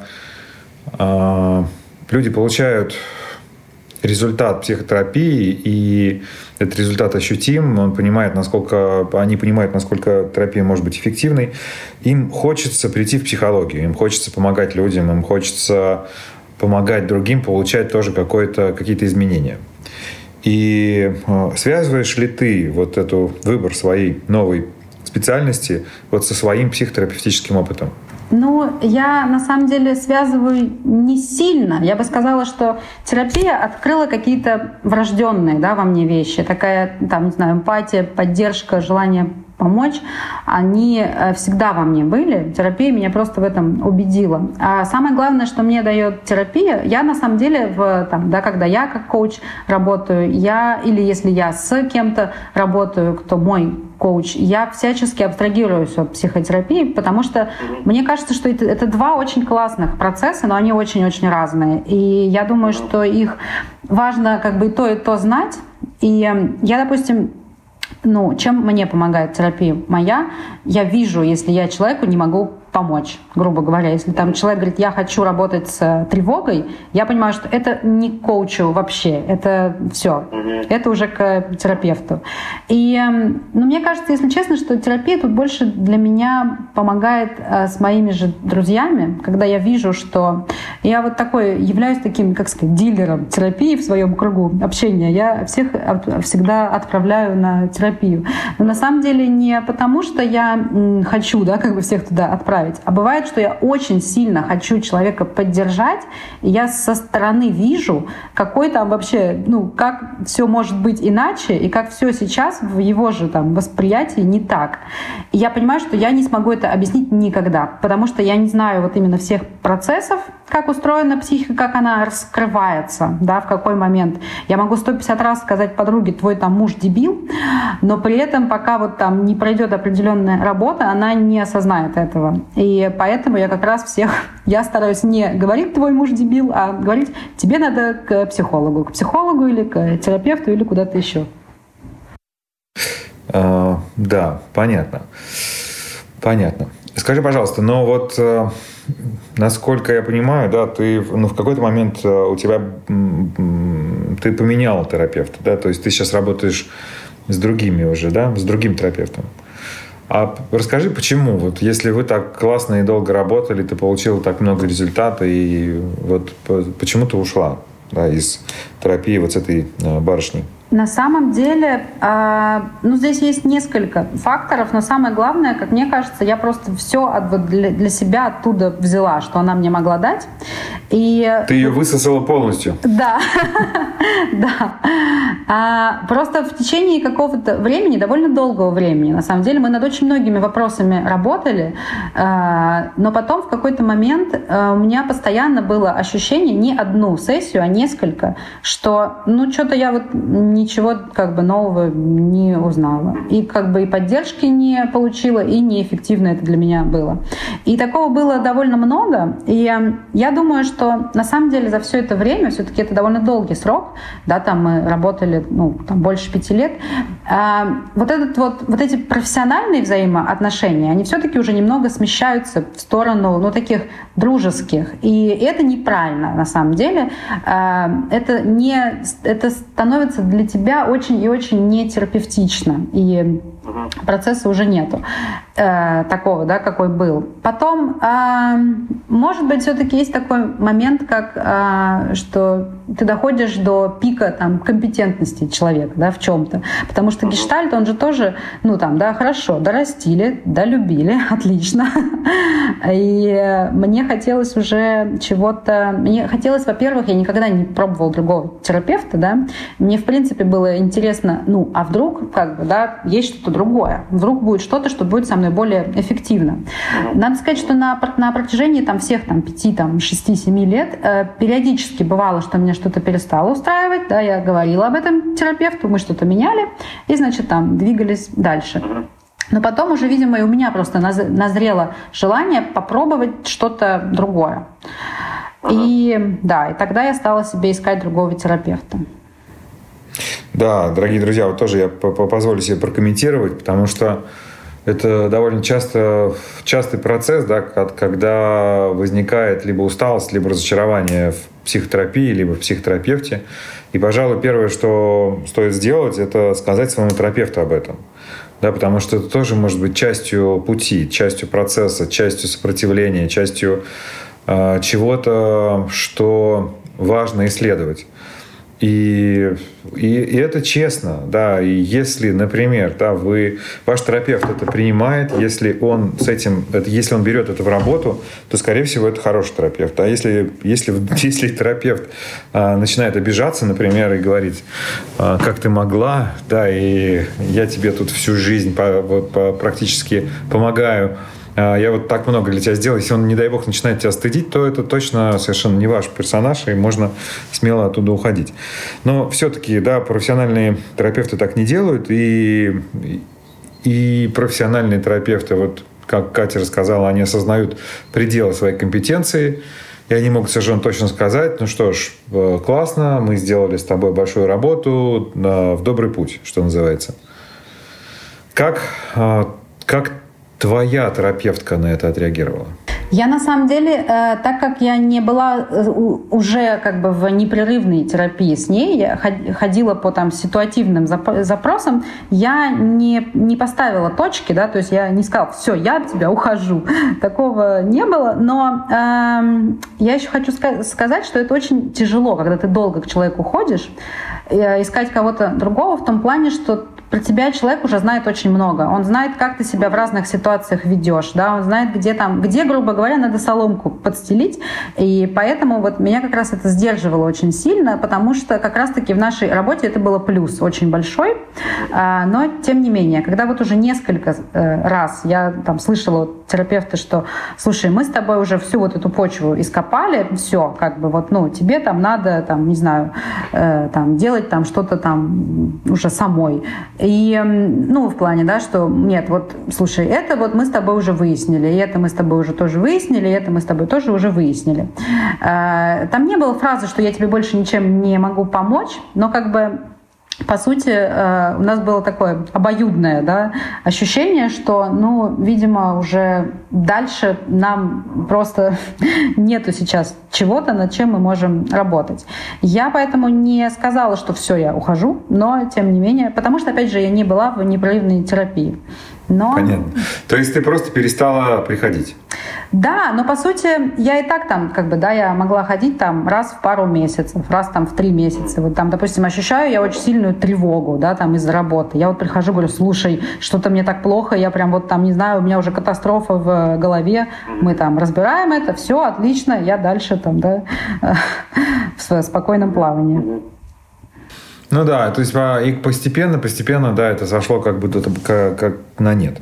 Speaker 2: люди получают результат психотерапии, и этот результат ощутим, они понимают, насколько терапия может быть эффективной. Им хочется прийти в психологию, им хочется помогать людям, им хочется помогать другим получать тоже какие-то изменения. И связываешь ли ты вот эту выбор своей новой специальности вот со своим психотерапевтическим опытом?
Speaker 3: Ну, я на самом деле связываю не сильно. Я бы сказала, что терапия открыла какие-то врожденные, да, во мне вещи. Такая, там, не знаю, эмпатия, поддержка, желание помочь, они всегда во мне были. Терапия меня просто в этом убедила. А самое главное, что мне дает терапия, я на самом деле, когда я как коуч работаю, или если я с кем-то работаю, кто мой коуч, я всячески абстрагируюсь от психотерапии, потому что мне кажется, что это два очень классных процесса, но они очень-очень разные. И я думаю, что их важно как бы и то знать. И я, допустим, чем мне помогает терапия моя, я вижу, если я человеку не могу помочь, грубо говоря. Если там человек говорит, я хочу работать с тревогой, я понимаю, что это не к коучу вообще, это все, это уже к терапевту. И мне кажется, если честно, что терапия тут больше для меня помогает с моими же друзьями, когда я вижу, что я вот являюсь таким, как сказать, дилером терапии в своем кругу общения. Я всех всегда отправляю на терапию. Но на самом деле не потому, что я хочу, всех туда отправить, а бывает, что я очень сильно хочу человека поддержать, и я со стороны вижу, какой там вообще, как все может быть иначе, и как все сейчас в его же восприятии не так. И я понимаю, что я не смогу это объяснить никогда, потому что я не знаю вот именно всех процессов, как устроена психика, как она раскрывается, в какой момент. Я могу 150 раз сказать подруге, твой муж дебил, но при этом пока не пройдет определенная работа, она не осознает этого. И поэтому я как раз я стараюсь не говорить твой муж дебил, а говорить тебе надо к психологу или к терапевту или куда-то еще.
Speaker 2: Да, понятно. Скажи, пожалуйста, но вот насколько я понимаю, да, ты в какой-то момент у тебя ты поменял терапевта, да, то есть ты сейчас работаешь с другими уже, да, с другим терапевтом. А расскажи, почему? Вот если вы так классно и долго работали, ты получила так много результата, и вот почему ты ушла, да, из терапии вот с этой барышней?
Speaker 3: На самом деле, здесь есть несколько факторов, но самое главное, как мне кажется, я просто все для себя оттуда взяла, что она мне могла дать. И...
Speaker 2: Ты ее высосала полностью?
Speaker 3: Да, да. Просто в течение какого-то времени, довольно долгого времени, на самом деле, мы над очень многими вопросами работали, но потом в какой-то момент у меня постоянно было ощущение, не одну сессию, а несколько, что, что-то я вот ничего нового не узнала. И и поддержки не получила, и неэффективно это для меня было. И такого было довольно много. И я думаю, что на самом деле за все это время, все-таки это довольно долгий срок, да, там мы работали больше 5 лет, вот эти профессиональные взаимоотношения, они все-таки уже немного смещаются в сторону таких дружеских. И это неправильно на самом деле. Это становится для тебя очень и очень нетерапевтично. И процесса уже нету такого, да, какой был. Потом, может быть, все-таки есть такой момент, как что ты доходишь до пика компетентности человека, да, в чем-то. Потому что гештальт, он же тоже, хорошо, дорастили, долюбили, отлично. И мне хотелось уже чего-то... Мне хотелось, во-первых, я никогда не пробовала другого терапевта, да. Мне, в принципе, было интересно, а вдруг, есть что-то другое. Вдруг будет что-то, что будет со мной более эффективно. Надо сказать, что на протяжении всех 5, 6, 7 лет периодически бывало, что меня что-то перестало устраивать, да, я говорила об этом терапевту, мы что-то меняли и, двигались дальше. Но потом уже, видимо, и у меня просто назрело желание попробовать что-то другое. И тогда я стала себе искать другого терапевта.
Speaker 2: Да, дорогие друзья, вот тоже я позволю себе прокомментировать, потому что это довольно частый процесс, да, когда возникает либо усталость, либо разочарование в психотерапии, либо в психотерапевте. И, пожалуй, первое, что стоит сделать, это сказать своему терапевту об этом. Да, потому что это тоже может быть частью пути, частью процесса, частью сопротивления, частью чего-то, что важно исследовать. И это честно, да. И если, например, да, ваш терапевт это принимает, если он берет это в работу, то, скорее всего, это хороший терапевт. А если терапевт начинает обижаться, например, и говорить, как ты могла, да, и я тебе тут всю жизнь практически помогаю, я вот так много для тебя сделал. Если он, не дай бог, начинает тебя стыдить, то это точно совершенно не ваш персонаж, и можно смело оттуда уходить. Но все-таки, да, профессиональные терапевты так не делают, и профессиональные терапевты, вот как Катя рассказала, они осознают пределы своей компетенции, и они могут совершенно точно сказать, что ж, классно, мы сделали с тобой большую работу, в добрый путь, что называется. Как твоя терапевтка на это отреагировала?
Speaker 3: Я на самом деле, так как я не была уже в непрерывной терапии с ней, я ходила по ситуативным запросам, я не поставила точки, да, то есть я не сказала, все, я от тебя ухожу. Такого не было, но я еще хочу сказать, что это очень тяжело, когда ты долго к человеку ходишь, искать кого-то другого в том плане, что про тебя человек уже знает очень много. Он знает, как ты себя в разных ситуациях ведешь, да, он знает, где, грубо говоря, надо соломку подстелить. И поэтому меня как раз это сдерживало очень сильно, потому что как раз-таки в нашей работе это было плюс очень большой. Но тем не менее, когда уже несколько раз я слышала от терапевта, что, слушай, мы с тобой уже всю эту почву ископали, все, тебе надо, не знаю, делать что-то уже самой. И, в плане, да, что нет, слушай, это мы с тобой уже выяснили, и это мы с тобой уже тоже выяснили, и это мы с тобой тоже уже выяснили. Там не было фразы, что я тебе больше ничем не могу помочь, но по сути, у нас было такое обоюдное, да, ощущение, что, видимо, уже дальше нам просто нету сейчас чего-то, над чем мы можем работать. Я поэтому не сказала, что все, я ухожу, но тем не менее, потому что, опять же, я не была в непрерывной терапии.
Speaker 2: Понятно. То есть ты просто перестала приходить?
Speaker 3: Да, но по сути я и так там, я могла ходить там раз в пару месяцев, раз там в 3 месяца. Вот там, допустим, ощущаю я очень сильную тревогу, да, там из-за работы. Я вот прихожу, говорю, слушай, что-то мне так плохо, я прям вот там, не знаю, у меня уже катастрофа в голове, мы там разбираем это, все, отлично, я дальше там, да, в спокойном плавании.
Speaker 2: Ну да, то есть и постепенно, да, это сошло как на нет.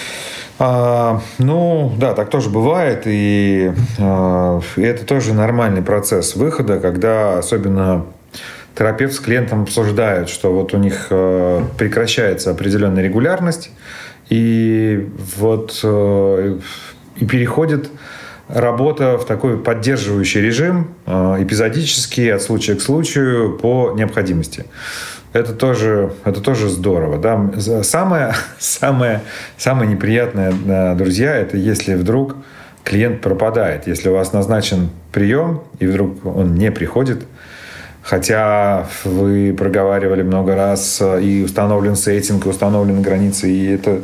Speaker 2: Так тоже бывает, и это тоже нормальный процесс выхода, когда особенно терапевт с клиентом обсуждают, что вот у них прекращается определенная регулярность, и переходит работа в такой поддерживающий режим, эпизодический, от случая к случаю, по необходимости. Это тоже здорово. Да? Самое неприятное, друзья, это если вдруг клиент пропадает. Если у вас назначен прием, и вдруг он не приходит, хотя вы проговаривали много раз, и установлен сеттинг, и установлены границы, и это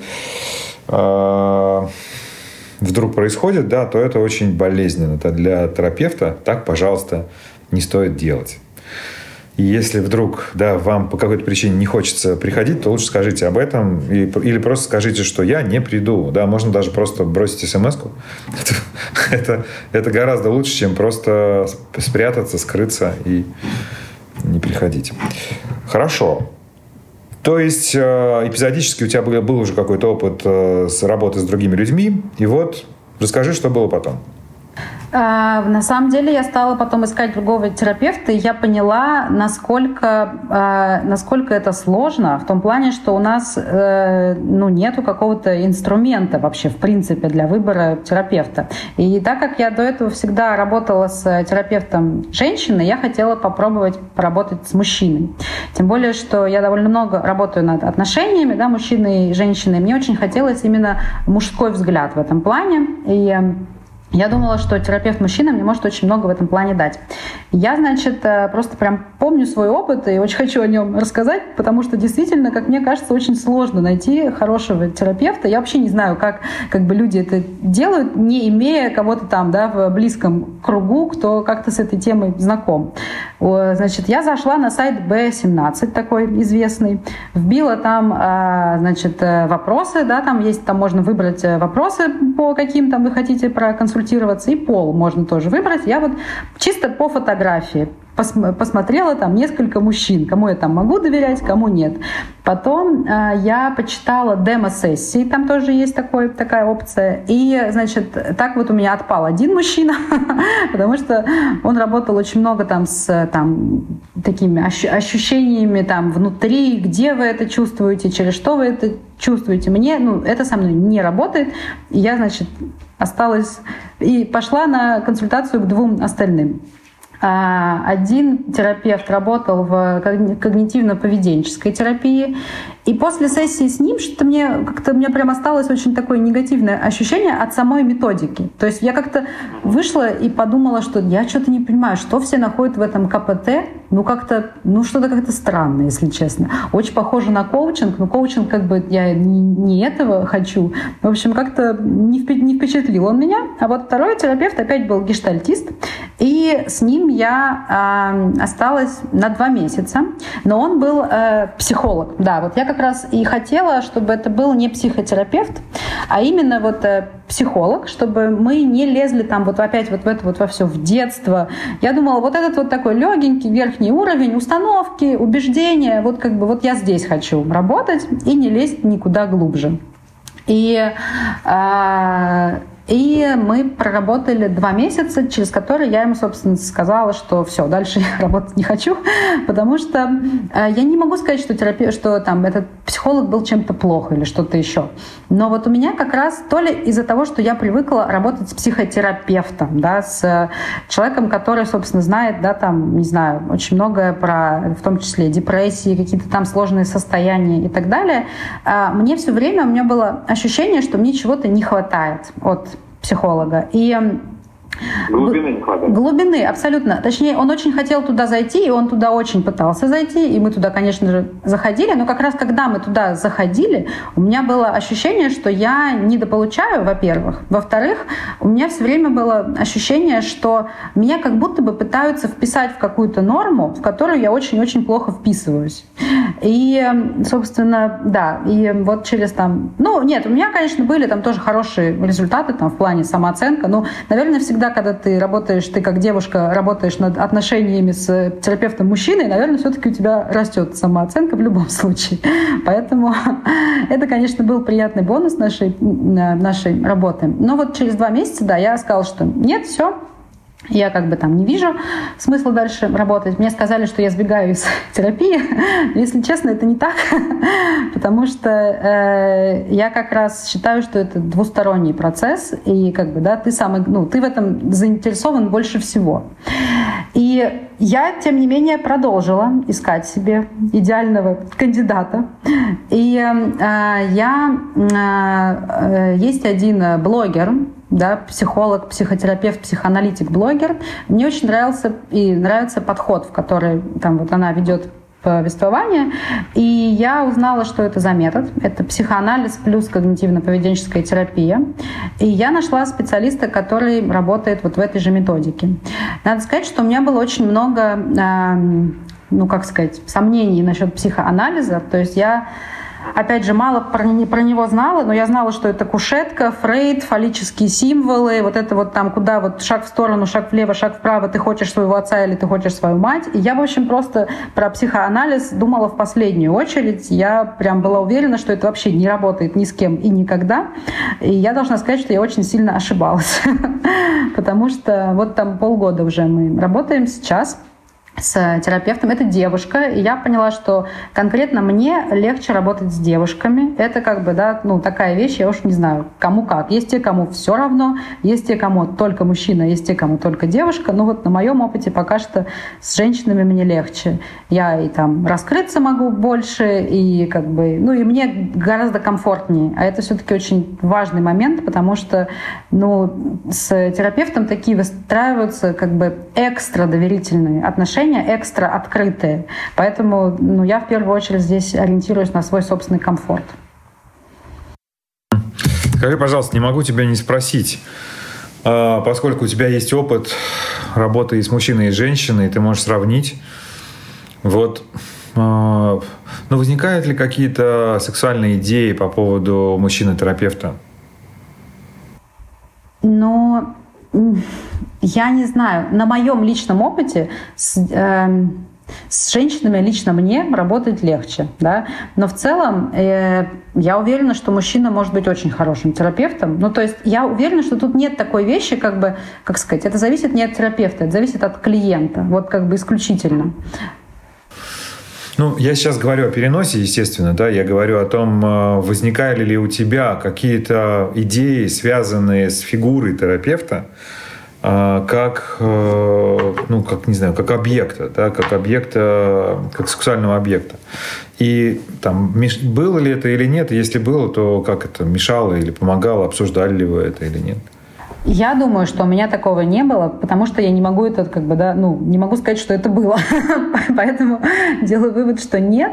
Speaker 2: вдруг происходит, да, то это очень болезненно. Это для терапевта так, пожалуйста, не стоит делать. И если вдруг, да, вам по какой-то причине не хочется приходить, то лучше скажите об этом или просто скажите, что я не приду. Да, можно даже просто бросить смс-ку. Это гораздо лучше, чем просто спрятаться, скрыться и не приходить. Хорошо. То есть эпизодически у тебя был уже какой-то опыт с работы с другими людьми. И вот расскажи, что было потом.
Speaker 3: На самом деле я стала потом искать другого терапевта, и я поняла, насколько это сложно, в том плане, что у нас нету какого-то инструмента вообще, в принципе, для выбора терапевта. И так как я до этого всегда работала с терапевтом женщиной, я хотела попробовать поработать с мужчиной. Тем более, что я довольно много работаю над отношениями, да, мужчины и женщины, и мне очень хотелось именно мужской взгляд в этом плане. И я думала, что терапевт-мужчина мне может очень много в этом плане дать. Я, просто прям помню свой опыт и очень хочу о нем рассказать, потому что действительно, как мне кажется, очень сложно найти хорошего терапевта. Я вообще не знаю, как люди это делают, не имея кого-то там, да, в близком кругу, кто как-то с этой темой знаком. Я зашла на сайт B17, такой известный, вбила там, вопросы, да, там можно выбрать вопросы, по каким там вы хотите проконсультироваться, и пол можно тоже выбрать. Я вот чисто по фотографии посмотрела там несколько мужчин, кому я там могу доверять, кому нет. Потом я почитала демо-сессии, там тоже есть такая опция. И, так вот у меня отпал один мужчина, потому что он работал очень много там с такими ощущениями там внутри, где вы это чувствуете, через что вы это чувствуете. Мне, это со мной не работает. И я, осталась и пошла на консультацию к 2 остальным. Один терапевт работал в когнитивно-поведенческой терапии, и после сессии с ним мне прям осталось очень такое негативное ощущение от самой методики. То есть я как-то вышла и подумала, что я что-то не понимаю, что все находят в этом КПТ. Что-то как-то странное, если честно. Очень похоже на коучинг, но коучинг я не этого хочу. В общем, как-то не впечатлил он меня. А вот второй терапевт опять был гештальтист, и с ним я осталась на 2 месяца. Но он был психолог. Да, вот я как раз и хотела, чтобы это был не психотерапевт, а именно психолог, чтобы мы не лезли там опять в это во все в детство. Я думала, этот такой легенький верхний уровень, установки, убеждения, я здесь хочу работать и не лезть никуда глубже. И И мы проработали 2 месяца, через которые я ему, собственно, сказала, что все, дальше я работать не хочу, потому что я не могу сказать, что там этот психолог был чем-то плохо или что-то еще. Но вот у меня как раз то ли из-за того, что я привыкла работать с психотерапевтом, да, с человеком, который, собственно, знает, да, там, не знаю, очень многое про, в том числе, депрессии, какие-то там сложные состояния и так далее, мне все время, у меня было ощущение, что мне чего-то не хватает от психолога. И
Speaker 4: глубины не хватает.
Speaker 3: Глубины, абсолютно. Точнее, он очень хотел туда зайти, и он туда очень пытался зайти, и мы туда, конечно же, заходили, но как раз когда мы туда заходили, у меня было ощущение, что я недополучаю, во-первых. Во-вторых, у меня все время было ощущение, что меня как будто бы пытаются вписать в какую-то норму, в которую я очень-очень плохо вписываюсь. И, собственно, да, и вот через там... Ну, нет, у меня, конечно, были там тоже хорошие результаты там в плане самооценка, но, наверное, всегда, когда ты работаешь, ты как девушка работаешь над отношениями с терапевтом-мужчиной, наверное, все-таки у тебя растет самооценка в любом случае. Поэтому это, конечно, был приятный бонус нашей работы. Но вот через 2 месяца, да, я сказала, что нет, все, я как бы там не вижу смысла дальше работать. Мне сказали, что я сбегаю из терапии. Если честно, это не так, потому что я как раз считаю, что это двусторонний процесс, и как бы, да, ты в этом заинтересован больше всего. И я, тем не менее, продолжила искать себе идеального кандидата. И есть один блогер, да, психолог, психотерапевт, психоаналитик, блогер. Мне очень нравится подход, в который там вот она ведет повествование. И я узнала, что это за метод. Это психоанализ плюс когнитивно-поведенческая терапия. И я нашла специалиста, который работает вот в этой же методике. Надо сказать, что у меня было очень много, сомнений насчет психоанализа. То есть я, опять же, мало про него знала, но я знала, что это кушетка, Фрейд, фаллические символы, вот это вот там, куда вот шаг в сторону, шаг влево, шаг вправо, ты хочешь своего отца или ты хочешь свою мать. И я, в общем, просто про психоанализ думала в последнюю очередь. Я прям была уверена, что это вообще не работает ни с кем и никогда. И я должна сказать, что я очень сильно ошибалась. Потому что вот там полгода уже мы работаем сейчас с терапевтом. Это девушка, и я поняла, что конкретно мне легче работать с девушками. Это как бы, да, такая вещь, я уж не знаю, кому как. Есть те, кому все равно, есть те, кому только мужчина, есть те, кому только девушка. Но вот на моем опыте пока что с женщинами мне легче. Я и там раскрыться могу больше, и как бы, и мне гораздо комфортнее. А это все-таки очень важный момент, потому что, с терапевтом такие выстраиваются как бы экстра доверительные отношения, экстра открытые. Поэтому я в первую очередь здесь ориентируюсь на свой собственный комфорт.
Speaker 2: Скажи, пожалуйста, не могу тебя не спросить, поскольку у тебя есть опыт работы и с мужчиной, и с женщиной, ты можешь сравнить. Вот, возникают ли какие-то сексуальные идеи по поводу мужчины-терапевта?
Speaker 3: Я не знаю. На моем личном опыте с женщинами лично мне работать легче. Да? Но в целом я уверена, что мужчина может быть очень хорошим терапевтом. То есть я уверена, что тут нет такой вещи, это зависит не от терапевта, это зависит от клиента. Вот как бы исключительно.
Speaker 2: Я сейчас говорю о переносе, естественно, да, я говорю о том, возникали ли у тебя какие-то идеи, связанные с фигурой терапевта, как объекта, да, как сексуального объекта. И там было ли это или нет, если было, то как это мешало или помогало, обсуждали ли вы это или нет?
Speaker 3: Я думаю, что у меня такого не было, потому что я не могу это не могу сказать, что это было. Поэтому делаю вывод, что нет.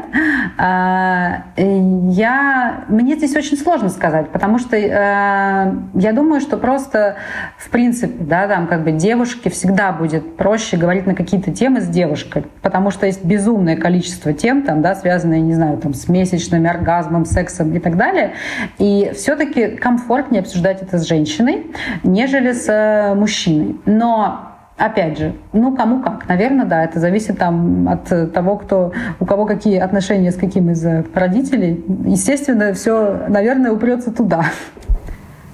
Speaker 3: Мне здесь очень сложно сказать, потому что я думаю, что просто в принципе, да, там девушке всегда будет проще говорить на какие-то темы с девушкой, потому что есть безумное количество тем, там, да, связанные, не знаю, там, с месячными, оргазмом, сексом и так далее. И все-таки комфортнее обсуждать это с женщиной, нежели с мужчиной. Но, опять же, кому как. Наверное, да, это зависит от того, у кого какие отношения с каким из родителей. Естественно, все, наверное, упрется туда.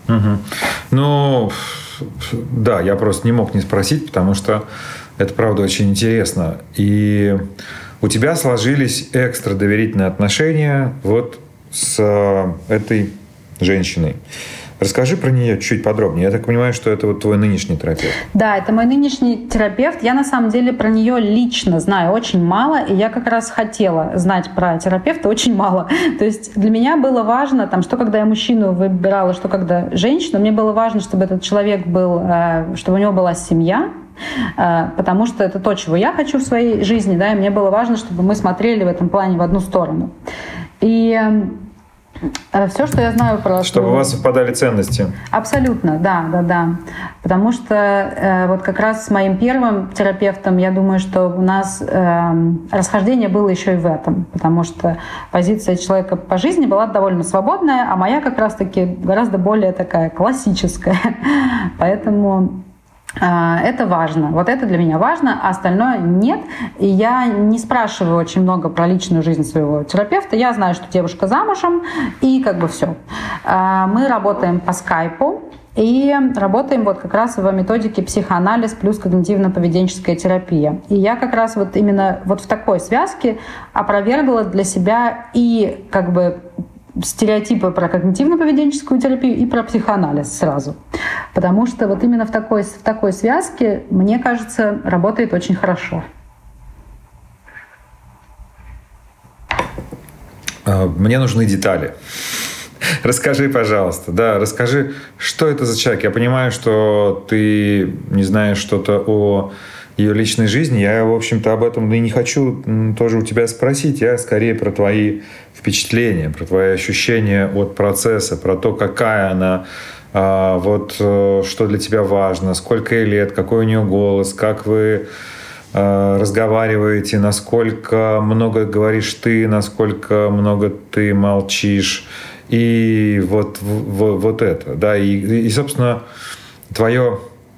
Speaker 2: Угу. Ну, да, я просто не мог не спросить, потому что это, правда, очень интересно. И у тебя сложились экстра доверительные отношения вот с этой женщиной. Расскажи про нее чуть подробнее. Я так понимаю, что это вот твой нынешний терапевт.
Speaker 3: Да, это мой нынешний терапевт. Я на самом деле про нее лично знаю очень мало, и я как раз хотела знать про терапевта очень мало. То есть для меня было важно, там, что когда я мужчину выбирала, что когда женщину, мне было важно, чтобы этот человек был, чтобы у него была семья, потому что это то, чего я хочу в своей жизни, да, и мне было важно, чтобы мы смотрели в этом плане в одну сторону. И все, что я знаю про...
Speaker 2: Чтобы у вас совпадали ценности.
Speaker 3: Абсолютно, да. Потому что вот как раз с моим первым терапевтом, я думаю, что у нас расхождение было еще и в этом. Потому что позиция человека по жизни была довольно свободная, а моя как раз-таки гораздо более такая классическая. Поэтому... это важно. Вот это для меня важно, а остальное нет. И я не спрашиваю очень много про личную жизнь своего терапевта. Я знаю, что девушка замужем, и как бы все. Мы работаем по скайпу. И работаем вот как раз в методике психоанализ плюс когнитивно-поведенческая терапия. И я как раз вот именно вот в такой связке опровергла для себя и как бы стереотипы про когнитивно-поведенческую терапию и про психоанализ сразу. Потому что вот именно в такой связке, мне кажется, работает очень хорошо.
Speaker 2: Мне нужны детали. Расскажи, пожалуйста. Да, расскажи, что это за человек. Я понимаю, что ты не знаешь что-то о ее личной жизни. Я, в общем-то, об этом и не хочу тоже у тебя спросить. Я скорее про твои впечатления, про твои ощущения от процесса, про то, какая она, вот что для тебя важно, сколько ей лет, какой у нее голос, как вы разговариваете, насколько много говоришь ты, насколько много ты молчишь. И вот это, да, и собственно, твоя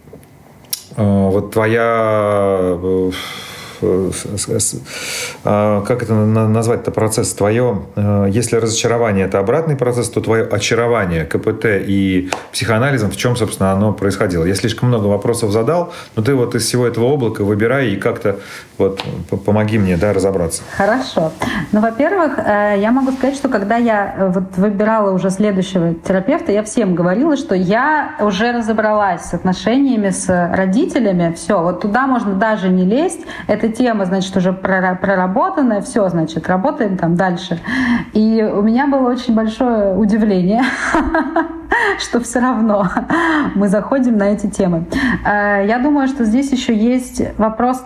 Speaker 2: как это назвать-то процесс твое, если разочарование — это обратный процесс, то твое очарование КПТ и психоанализом, в чем, собственно, оно происходило? Я слишком много вопросов задал, но ты вот из всего этого облака выбирай и как-то вот помоги мне, да, разобраться.
Speaker 3: Хорошо. Ну, во-первых, я могу сказать, что когда я вот выбирала уже следующего терапевта, я всем говорила, что я уже разобралась с отношениями с родителями, все, вот туда можно даже не лезть, эта тема, значит, уже проработанная, все, значит, работаем там дальше. И у меня было очень большое удивление, что все равно мы заходим на эти темы. Я думаю, что здесь еще есть вопрос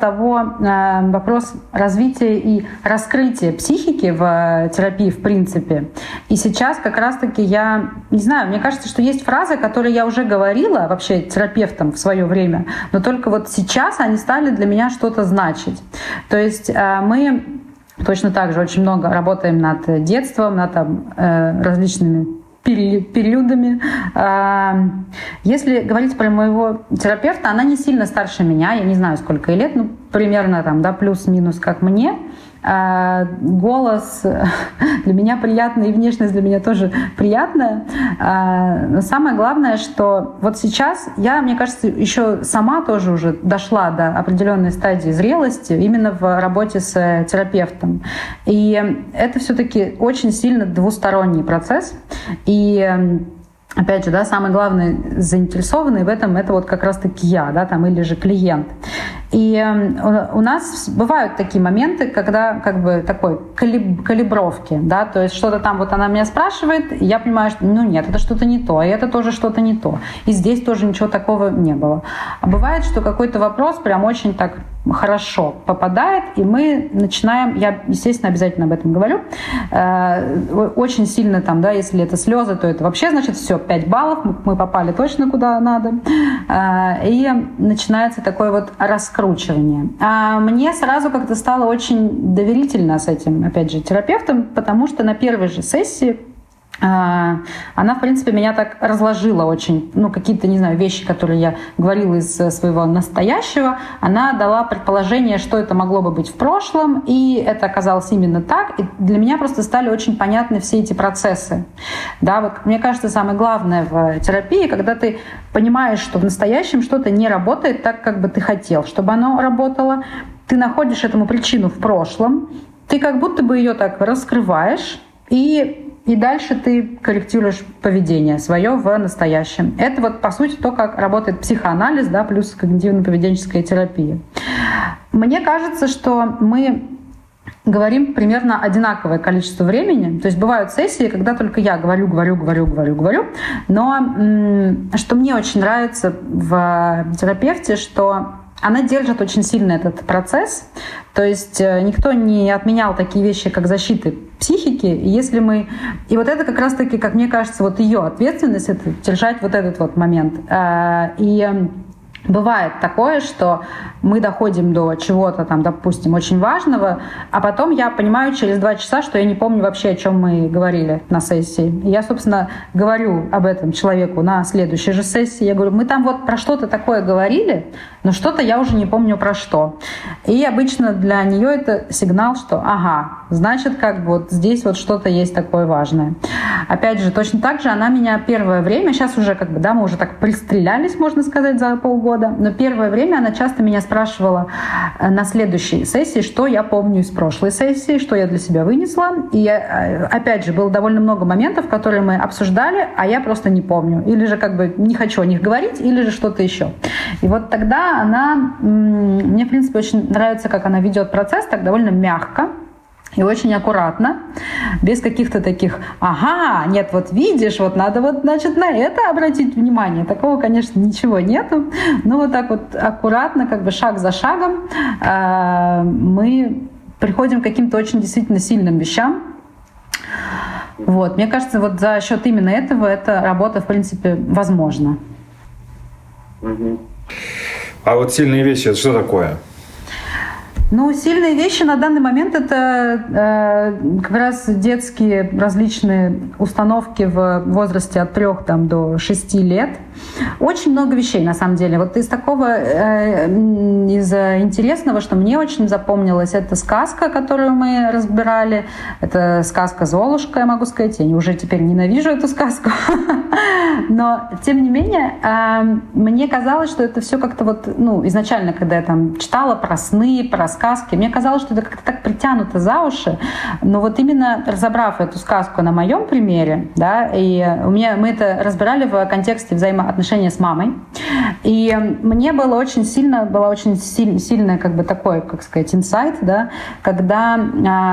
Speaker 3: развития и раскрытия психики в терапии в принципе. И сейчас как раз-таки я, не знаю, мне кажется, что есть фразы, которые я уже говорила вообще терапевтам в свое время, но только вот сейчас они стали для меня что-то значить. То есть мы точно так же очень много работаем над детством, над различными периодами. Если говорить про моего терапевта, она не сильно старше меня, я не знаю, сколько ей лет, ну, примерно там, да, плюс-минус, как мне. Голос для меня приятный, и внешность для меня тоже приятная. Но самое главное, что вот сейчас я, мне кажется, еще сама тоже уже дошла до определенной стадии зрелости именно в работе с терапевтом. И это все-таки очень сильно двусторонний процесс. И опять же, да, самый главный заинтересованный в этом — это вот как раз-таки я, да, там, или же клиент. И у нас бывают такие моменты, когда как бы такой калибровки, да, то есть что-то там вот она меня спрашивает, и я понимаю, что ну нет, это что-то не то, и это тоже что-то не то, и здесь тоже ничего такого не было. А бывает, что какой-то вопрос прям очень так хорошо попадает, и мы начинаем, я, естественно, обязательно об этом говорю, очень сильно там, да, если это слезы, то это вообще, значит, все, 5 баллов, мы попали точно куда надо, и начинается такой вот раскручивание. А мне сразу как-то стало очень доверительно с этим, опять же, терапевтом, потому что на первой же сессии она, в принципе, меня так разложила очень. Какие-то, не знаю, вещи, которые я говорила из своего настоящего, она дала предположение, что это могло бы быть в прошлом, и это оказалось именно так. И для меня просто стали очень понятны все эти процессы. Да, вот, мне кажется, самое главное в терапии, когда ты понимаешь, что в настоящем что-то не работает так, как бы ты хотел, чтобы оно работало, ты находишь этому причину в прошлом, ты как будто бы ее так раскрываешь, и дальше ты корректируешь поведение свое в настоящем. Это вот, по сути, то, как работает психоанализ, да, плюс когнитивно-поведенческая терапия. Мне кажется, что мы говорим примерно одинаковое количество времени. То есть бывают сессии, когда только я говорю, но что мне очень нравится в терапевте, что она держит очень сильно этот процесс. То есть никто не отменял такие вещи, как защиты психики. И вот это как раз-таки, как мне кажется, вот ее ответственность — это держать вот этот вот момент. И бывает такое, что мы доходим до чего-то там, допустим, очень важного, а потом я понимаю через 2 часа, что я не помню вообще, о чем мы говорили на сессии. И я, собственно, говорю об этом человеку на следующей же сессии. Я говорю, мы там вот про что-то такое говорили, но что-то я уже не помню про что. И обычно для нее это сигнал, что значит, как бы вот здесь вот что-то есть такое важное. Опять же, точно так же она меня первое время, сейчас уже как бы, да, мы уже так пристрелялись, можно сказать, за полгода, но первое время она часто меня спрашивала на следующей сессии, что я помню из прошлой сессии, что я для себя вынесла. И опять же, было довольно много моментов, которые мы обсуждали, а я просто не помню. Или же как бы не хочу о них говорить, или же что-то еще. И вот тогда мне, в принципе, очень нравится, как она ведет процесс, так довольно мягко и очень аккуратно, без каких-то таких нет, вот видишь, вот надо вот, значит, на это обратить внимание. Такого, конечно, ничего нету. Но вот так вот аккуратно, как бы шаг за шагом мы приходим к каким-то очень действительно сильным вещам. Вот. Мне кажется, вот за счет именно этого эта работа, в принципе, возможна.
Speaker 2: А вот сильные вещи — это что такое?
Speaker 3: Сильные вещи на данный момент — это как раз детские различные установки в возрасте от 3 до 6 лет. Очень много вещей, на самом деле. Вот из такого, из интересного, что мне очень запомнилось, это сказка, которую мы разбирали. Это сказка «Золушка», я могу сказать. Я уже теперь ненавижу эту сказку. Но, тем не менее, мне казалось, что это все как-то вот, изначально, когда я там читала про сны, про сказки, мне казалось, что это как-то так притянуто за уши. Но вот именно разобрав эту сказку на моем примере, да, и мы это разбирали в контексте взаимоотношения с мамой, и мне была очень сильная как бы такой, как сказать, инсайт, да, когда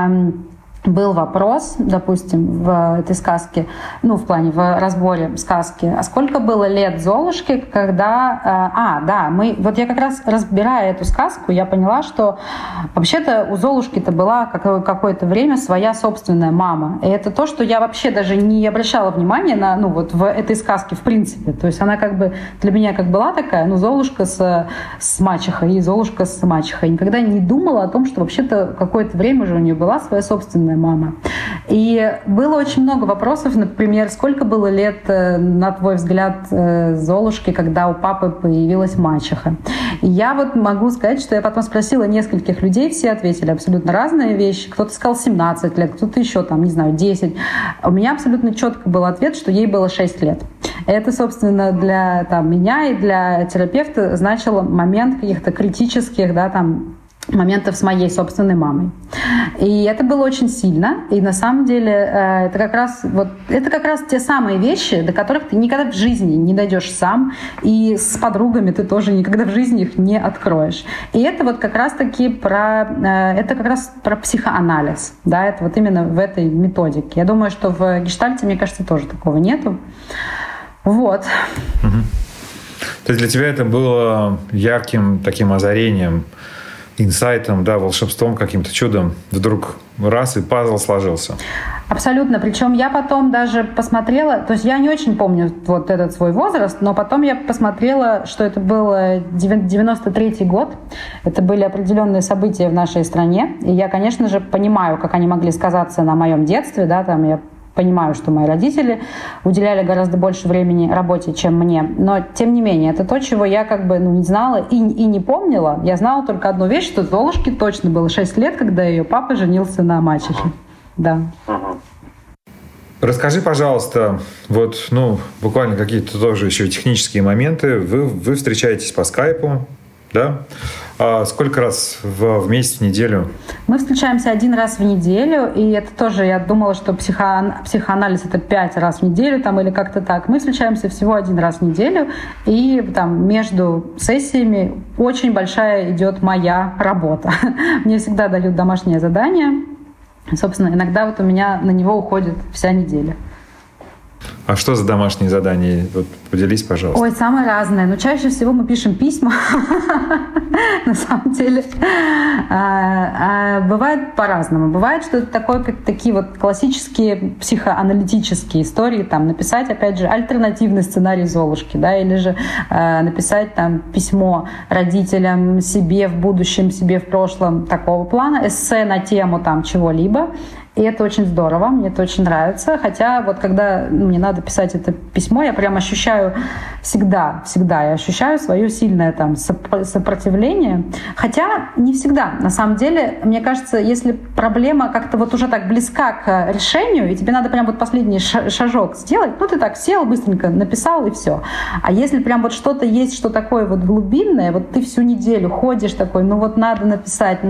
Speaker 3: был вопрос, допустим, в этой сказке, в плане, в разборе сказки, а сколько было лет Золушке, когда... вот я как раз, разбирая эту сказку, я поняла, что вообще-то у Золушки-то была какое-то время своя собственная мама. И это то, что я вообще даже не обращала внимания на, вот в этой сказке в принципе. То есть она как бы для меня как была такая, Золушка с мачехой и Золушка с мачехой. Никогда не думала о том, что вообще-то какое-то время уже у нее была своя собственная мама. И было очень много вопросов, например, сколько было лет, на твой взгляд, Золушке, когда у папы появилась мачеха. И я вот могу сказать, что я потом спросила нескольких людей, все ответили абсолютно разные вещи. Кто-то сказал 17 лет, кто-то еще там, не знаю, 10. У меня абсолютно четко был ответ, что ей было 6 лет. Это, собственно, для меня и для терапевта значило момент каких-то критических, моментов с моей собственной мамой. И это было очень сильно. И на самом деле это как раз те самые вещи, до которых ты никогда в жизни не дойдешь сам. И с подругами ты тоже никогда в жизни их не откроешь. И это вот как раз-таки про психоанализ. Да, это вот именно в этой методике. Я думаю, что в гештальте, мне кажется, тоже такого нету. Вот.
Speaker 2: То есть для тебя это было ярким таким озарением, инсайтом, волшебством, каким-то чудом, вдруг раз и пазл сложился.
Speaker 3: Абсолютно. Причем я потом даже посмотрела, то есть я не очень помню вот этот свой возраст, но потом я посмотрела, что это был 93-й год. Это были определенные события в нашей стране. И я, конечно же, понимаю, как они могли сказаться на моем детстве. Я понимаю, что мои родители уделяли гораздо больше времени работе, чем мне. Но, тем не менее, это то, чего я как бы не знала и не помнила. Я знала только одну вещь, что Золушке точно было 6 лет, когда ее папа женился на мачехе. Да.
Speaker 2: Расскажи, пожалуйста, вот, буквально какие-то тоже еще технические моменты. Вы встречаетесь по скайпу, да? А сколько раз в месяц, в неделю?
Speaker 3: Мы встречаемся 1 раз в неделю, и это тоже, я думала, что психоанализ это 5 раз в неделю там, или как-то так. Мы встречаемся всего 1 раз в неделю, и там между сессиями очень большая идет моя работа. Мне всегда дают домашнее задание. Собственно, иногда вот у меня на него уходит вся неделя.
Speaker 2: А что за домашние задания? Вот поделись, пожалуйста.
Speaker 3: Ой, самые разные. Но чаще всего мы пишем письма, на самом деле. Бывает по-разному. Бывает, что это такое, как такие вот классические психоаналитические истории. Там написать, опять же, альтернативный сценарий Золушки, да, или же написать там письмо родителям, себе в будущем, себе в прошлом, такого плана, эссе на тему там чего-либо. И это очень здорово, мне это очень нравится. Хотя вот когда мне надо писать это письмо, я прям ощущаю всегда я ощущаю свое сильное там сопротивление. Хотя не всегда. На самом деле, мне кажется, если проблема как-то вот уже так близка к решению, и тебе надо прям вот последний шажок сделать, ты так сел, быстренько написал и все. А если прям вот что-то есть, что такое вот глубинное, вот ты всю неделю ходишь такой, надо написать.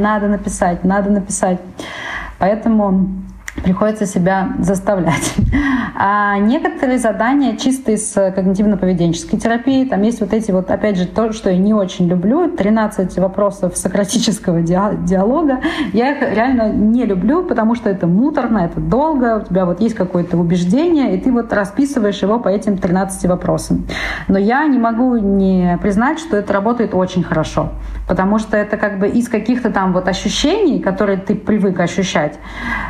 Speaker 3: Поэтому приходится себя заставлять. А некоторые задания чисто из когнитивно-поведенческой терапии. Там есть вот эти вот, опять же, то, что я не очень люблю, 13 вопросов сократического диалога. Я их реально не люблю, потому что это муторно, это долго, у тебя вот есть какое-то убеждение, и ты вот расписываешь его по этим 13 вопросам. Но я не могу не признать, что это работает очень хорошо, потому что это как бы из каких-то там вот ощущений, которые ты привык ощущать,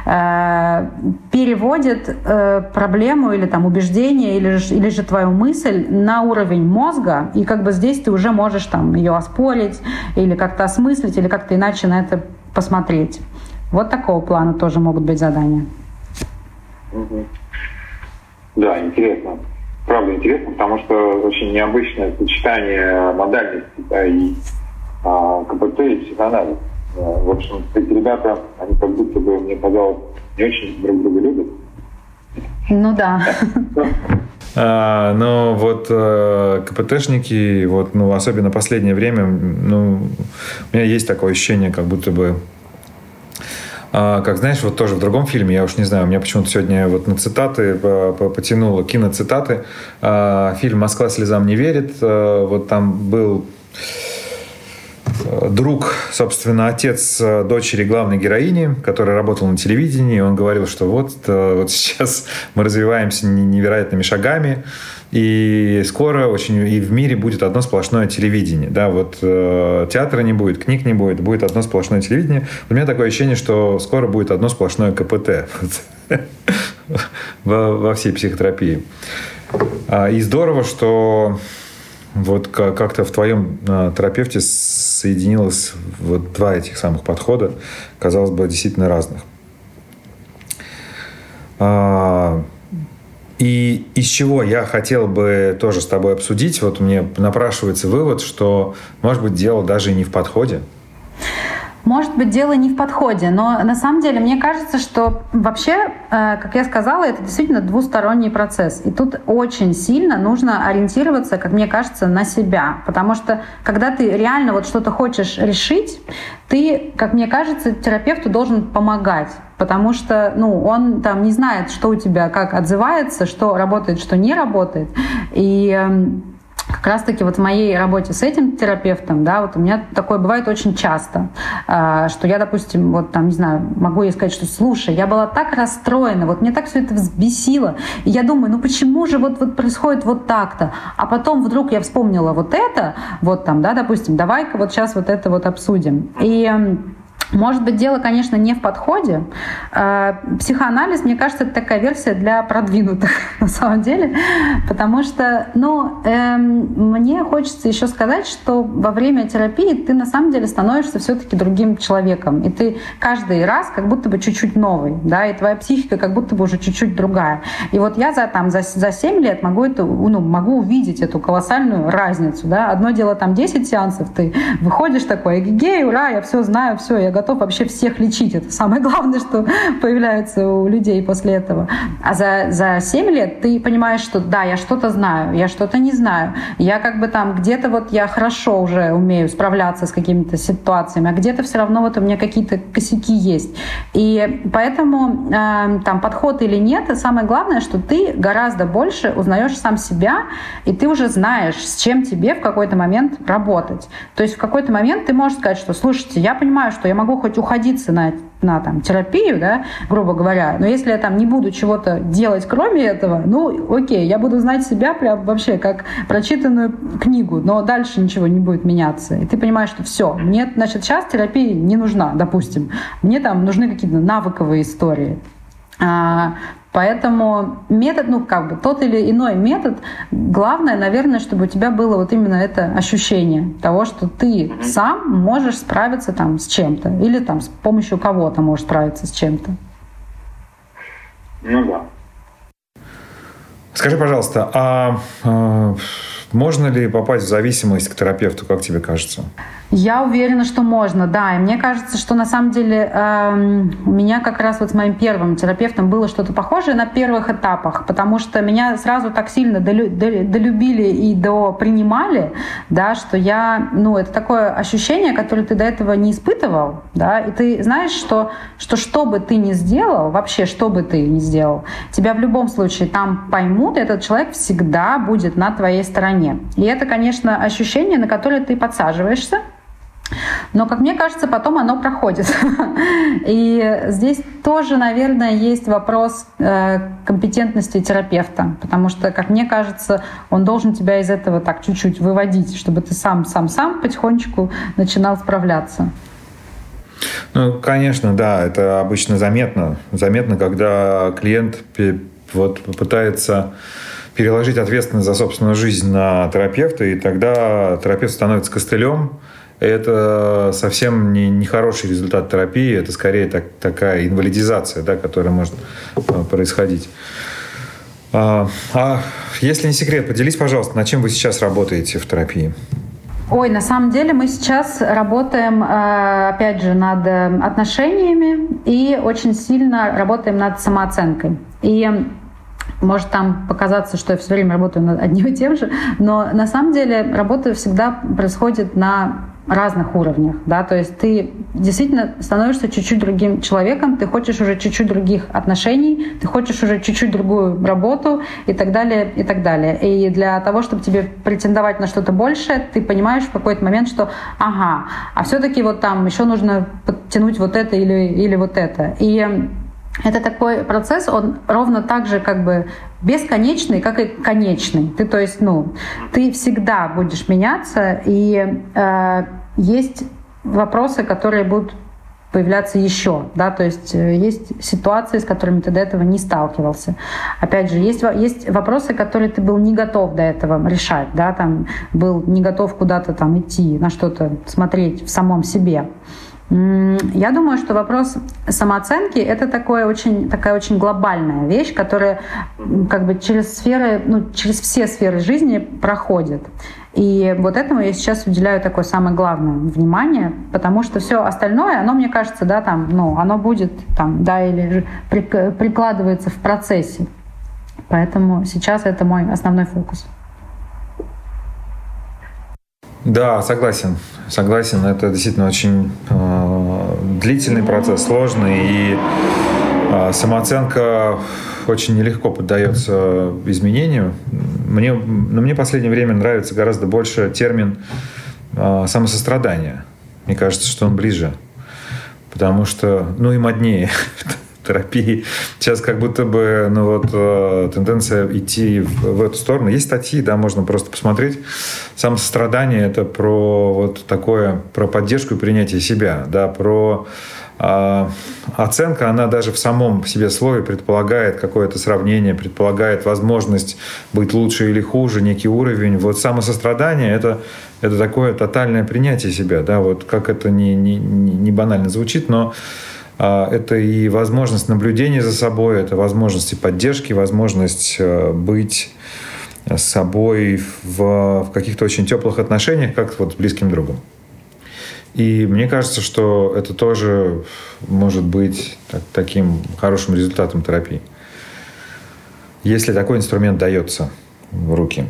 Speaker 3: переводит проблему или там убеждение или же твою мысль на уровень мозга, и как бы здесь ты уже можешь там ее оспорить или как-то осмыслить, или как-то иначе на это посмотреть. Вот такого плана тоже могут быть задания.
Speaker 4: Да, интересно. Правда интересно, потому что очень необычное сочетание модальностей, да, и КПТ и психоанализ. В общем, эти ребята, они как будто бы, мне казалось, не очень друг друга любят.
Speaker 3: Ну да.
Speaker 2: Но вот КПТшники, вот, особенно в последнее время, у меня есть такое ощущение, как будто бы, как знаешь, вот тоже в другом фильме, я уж не знаю, у меня почему-то сегодня вот на цитаты потянуло, киноцитаты. Фильм «Москва слезам не верит». Вот там был друг, собственно, отец дочери главной героини, который работал на телевидении, он говорил, что вот сейчас мы развиваемся невероятными шагами, и скоро очень и в мире будет одно сплошное телевидение. Да, вот театра не будет, книг не будет, будет одно сплошное телевидение. У меня такое ощущение, что скоро будет одно сплошное КПТ во всей психотерапии. И здорово, что вот как-то в твоем терапевте соединилось вот 2 этих самых подхода, казалось бы, действительно разных. И из чего я хотел бы тоже с тобой обсудить, вот мне напрашивается вывод, что, может быть, дело даже и не в подходе.
Speaker 3: Может быть, дело не в подходе, но на самом деле мне кажется, что вообще, как я сказала, это действительно двусторонний процесс. И тут очень сильно нужно ориентироваться, как мне кажется, на себя. Потому что когда ты реально вот что-то хочешь решить, ты, как мне кажется, терапевту должен помогать. Потому что он там не знает, что у тебя как отзывается, что работает, что не работает. И как раз-таки вот в моей работе с этим терапевтом, да, вот у меня такое бывает очень часто, что я, допустим, вот там, не знаю, могу ей сказать, что слушай, я была так расстроена, вот мне так все это взбесило, и я думаю, почему же вот происходит вот так-то, а потом вдруг я вспомнила вот это, вот там, да, допустим, давай-ка вот сейчас вот это вот обсудим. И Может быть, дело, конечно, не в подходе. Психоанализ, мне кажется, это такая версия для продвинутых на самом деле, потому что, мне хочется еще сказать, что во время терапии ты на самом деле становишься все-таки другим человеком, и ты каждый раз как будто бы чуть-чуть новый, да, и твоя психика как будто бы уже чуть-чуть другая. И вот я за 7 лет могу увидеть эту колоссальную разницу, да. Одно дело 10 сеансов, ты выходишь такой, эгегей, ура, я все знаю, все, я готов вообще всех лечить. Это самое главное, что появляется у людей после этого. А за 7 лет ты понимаешь, что да, я что-то знаю, я что-то не знаю. Я где-то я хорошо уже умею справляться с какими-то ситуациями, а где-то все равно у меня какие-то косяки есть. И поэтому подход или нет, самое главное, что ты гораздо больше узнаешь сам себя, и ты уже знаешь, с чем тебе в какой-то момент работать. То есть в какой-то момент ты можешь сказать, что, слушайте, я понимаю, что я могу хоть уходиться на терапию, да, грубо говоря, но если я не буду чего-то делать кроме этого, окей, я буду знать себя прям вообще как прочитанную книгу, но дальше ничего не будет меняться. И ты понимаешь, что все, мне, сейчас терапия не нужна, допустим. Мне нужны какие-то навыковые истории. Поэтому метод, тот или иной метод, главное, наверное, чтобы у тебя было именно это ощущение того, что ты сам можешь справиться с чем-то или с помощью кого-то можешь справиться с чем-то.
Speaker 4: Да.
Speaker 2: Скажи, пожалуйста, можно ли попасть в зависимость к терапевту, как тебе кажется?
Speaker 3: Я уверена, что можно, да. И мне кажется, что на самом деле у меня как раз с моим первым терапевтом было что-то похожее на первых этапах, потому что меня сразу так сильно долюбили и допринимали, да, что это такое ощущение, которое ты до этого не испытывал, да, и ты знаешь, что бы ты ни сделал, вообще что бы ты ни сделал, тебя в любом случае там поймут, и этот человек всегда будет на твоей стороне. И это, конечно, ощущение, на которое ты подсаживаешься, но, как мне кажется, потом оно проходит. И здесь тоже, наверное, есть вопрос компетентности терапевта, потому что, как мне кажется, он должен тебя из этого так чуть-чуть выводить, чтобы ты сам потихонечку начинал справляться.
Speaker 2: Конечно, да, это обычно заметно. Заметно, когда клиент пытается переложить ответственность за собственную жизнь на терапевта, и тогда терапевт становится костылем. Это совсем не хороший результат терапии, это скорее такая инвалидизация, да, которая может происходить. Если не секрет, поделись, пожалуйста, над чем вы сейчас работаете в терапии?
Speaker 3: Ой, на самом деле мы сейчас работаем, опять же, над отношениями и очень сильно работаем над самооценкой. И может показаться, что я все время работаю над одним и тем же, но на самом деле работа всегда происходит на разных уровнях, да, то есть ты действительно становишься чуть-чуть другим человеком, ты хочешь уже чуть-чуть других отношений, ты хочешь уже чуть-чуть другую работу и так далее, и так далее. И для того, чтобы тебе претендовать на что-то большее, ты понимаешь в какой-то момент, что а все-таки еще нужно подтянуть вот это или вот это. И это такой процесс, он ровно так же бесконечный, как и конечный. Ты всегда будешь меняться, и есть вопросы, которые будут появляться еще, да, то есть есть ситуации, с которыми ты до этого не сталкивался. Опять же, есть вопросы, которые ты был не готов до этого решать, да, был не готов куда-то идти, на что-то смотреть в самом себе. Я думаю, что вопрос самооценки — это такая очень глобальная вещь, которая через все сферы жизни проходит. И этому я сейчас уделяю такое самое главное внимание, потому что все остальное, оно, мне кажется, да, оно будет или прикладывается в процессе. Поэтому сейчас это мой основной фокус.
Speaker 2: Да, согласен. Это действительно очень длительный процесс, сложный, и самооценка очень нелегко поддается изменению. Мне в последнее время нравится гораздо больше термин самосострадание. Мне кажется, что он ближе, потому что, и моднее. терапии. Сейчас как будто бы тенденция идти в эту сторону. Есть статьи, да, можно просто посмотреть. Самосострадание – это про про поддержку и принятие себя, да, про оценка, она даже в самом себе слове предполагает какое-то сравнение, предполагает возможность быть лучше или хуже, некий уровень. Вот самосострадание – это такое тотальное принятие себя, да, вот как это не банально звучит, но это и возможность наблюдения за собой, это возможность и поддержки, возможность быть с собой в каких-то очень теплых отношениях, как вот с близким другом. И мне кажется, что это тоже может быть таким хорошим результатом терапии, если такой инструмент дается в руки.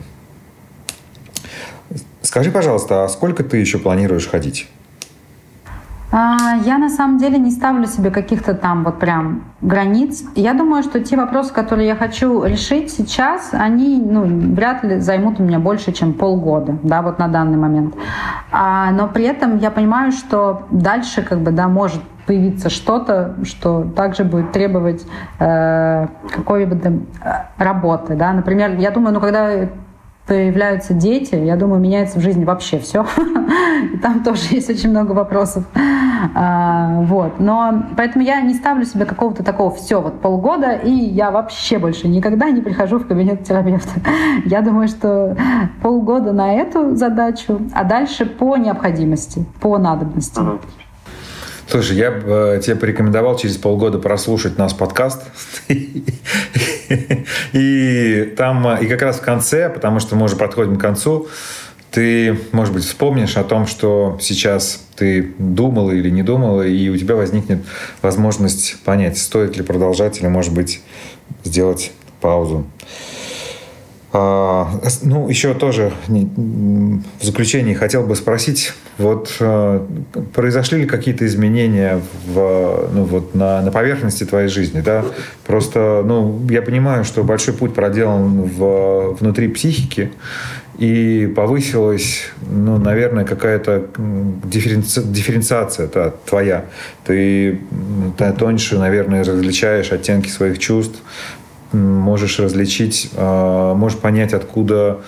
Speaker 2: Скажи, пожалуйста, а сколько ты еще планируешь ходить?
Speaker 3: Я на самом деле не ставлю себе каких-то там вот прям границ. Я думаю, что те вопросы, которые я хочу решить сейчас, они вряд ли займут у меня больше, чем полгода, да, вот на данный момент. Но при этом я понимаю, что дальше может появиться что-то, что также будет требовать какой-либо работы, да. Например, я думаю, когда появляются дети, я думаю, меняется в жизни вообще все. И там тоже есть очень много вопросов. Но поэтому я не ставлю себе какого-то такого все полгода, и я вообще больше никогда не прихожу в кабинет терапевта. Я думаю, что полгода на эту задачу, а дальше по необходимости, по надобности.
Speaker 2: Слушай, я бы тебе порекомендовал через полгода прослушать наш подкаст. И там, и как раз в конце, потому что мы уже подходим к концу, ты, может быть, вспомнишь о том, что сейчас ты думала или не думала, и у тебя возникнет возможность понять, стоит ли продолжать или, может быть, сделать паузу. Еще тоже в заключении хотел бы спросить, произошли ли какие-то изменения на поверхности твоей жизни, да? Просто, я понимаю, что большой путь проделан внутри психики, и повысилась, наверное, какая-то дифференциация твоя. Ты тоньше, наверное, различаешь оттенки своих чувств, можешь различить, можешь понять, откуда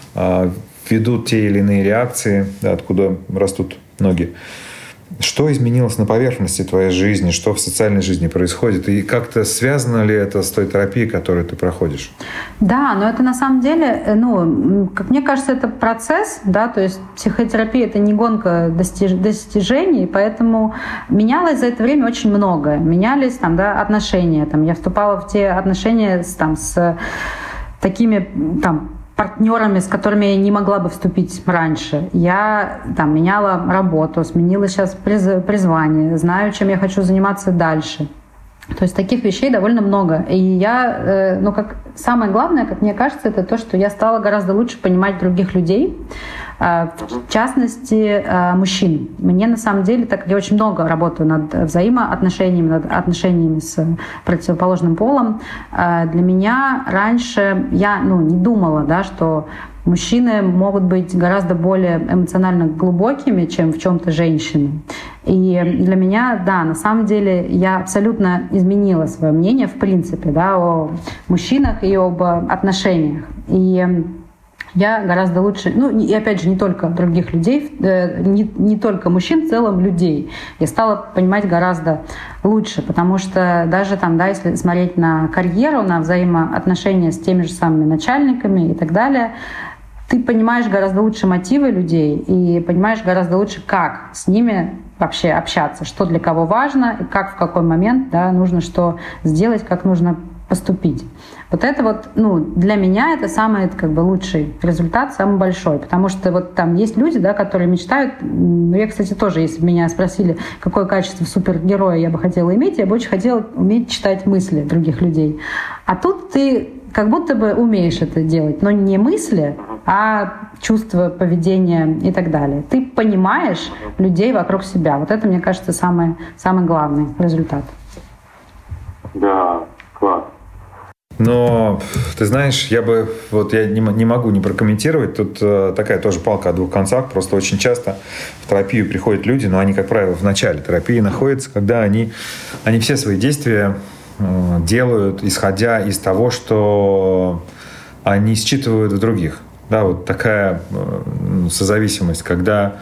Speaker 2: ведут те или иные реакции, откуда растут ноги. Что изменилось на поверхности твоей жизни, что в социальной жизни происходит, и как-то связано ли это с той терапией, которую ты проходишь?
Speaker 3: Да, но это на самом деле, как мне кажется, это процесс, да, то есть психотерапия — это не гонка достижений, поэтому менялось за это время очень многое. Менялись отношения, я вступала в те отношения с такими партнерами, с которыми я не могла бы вступить раньше. Я меняла работу, сменила сейчас призвание, знаю, чем я хочу заниматься дальше. То есть таких вещей довольно много. И я, самое главное, как мне кажется, это то, что я стала гораздо лучше понимать других людей, в частности, мужчин. Мне на самом деле, так как я очень много работаю над взаимоотношениями, над отношениями с противоположным полом, для меня раньше я не думала, что мужчины могут быть гораздо более эмоционально глубокими, чем в чем-то женщины. И для меня, на самом деле, я абсолютно изменила свое мнение, в принципе, о мужчинах и об отношениях. И я гораздо лучше, и опять же, не только других людей, не только мужчин, в целом людей. Я стала понимать гораздо лучше, потому что даже если смотреть на карьеру, на взаимоотношения с теми же самыми начальниками и так далее, ты понимаешь гораздо лучше мотивы людей и понимаешь гораздо лучше, как с ними вообще общаться, что для кого важно и как в какой момент нужно что сделать, как нужно поступить. Вот это для меня это самый лучший результат, самый большой, потому что там есть люди, которые мечтают, я, кстати, тоже, если бы меня спросили, какое качество супергероя я бы хотела иметь, я бы очень хотела уметь читать мысли других людей. А тут ты как будто бы умеешь это делать, но не мысли, а чувства, поведение и так далее. Ты понимаешь людей вокруг себя. Вот это, мне кажется, самый главный результат.
Speaker 4: Да, класс.
Speaker 2: Но, ты знаешь, я не могу не прокомментировать. Тут такая тоже палка о двух концах. Просто очень часто в терапию приходят люди, но они, как правило, в начале терапии находятся, когда они все свои действия делают, исходя из того, что они считывают в других. Да, вот такая созависимость, когда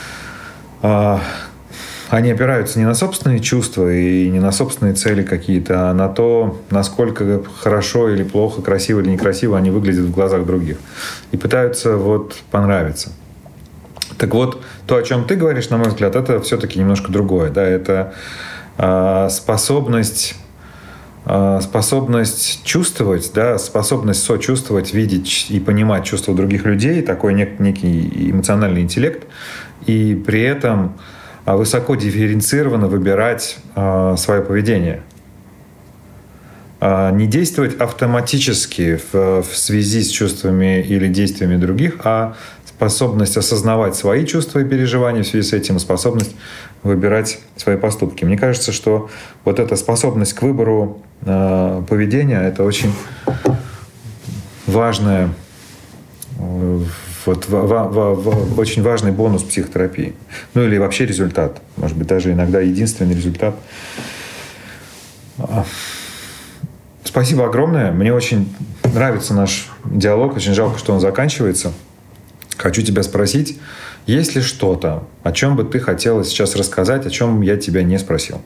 Speaker 2: они опираются не на собственные чувства и не на собственные цели какие-то, а на то, насколько хорошо или плохо, красиво или некрасиво они выглядят в глазах других. И пытаются вот понравиться. Так вот, то, о чем ты говоришь, на мой взгляд, это все-таки немножко другое. Да? Это способность чувствовать, да, способность сочувствовать, видеть и понимать чувства других людей, такой некий эмоциональный интеллект, и при этом высоко дифференцированно выбирать свое поведение. Не действовать автоматически в связи с чувствами или действиями других, а способность осознавать свои чувства и переживания в связи с этим, способность выбирать свои поступки. Мне кажется, что вот эта способность к выбору поведения — это очень важная, очень важный бонус психотерапии. Ну или вообще результат. Может быть, даже иногда единственный результат. Спасибо огромное. Мне очень нравится наш диалог. Очень жалко, что он заканчивается. Хочу тебя спросить, есть ли что-то, о чем бы ты хотела сейчас рассказать, о чем я тебя не спросил?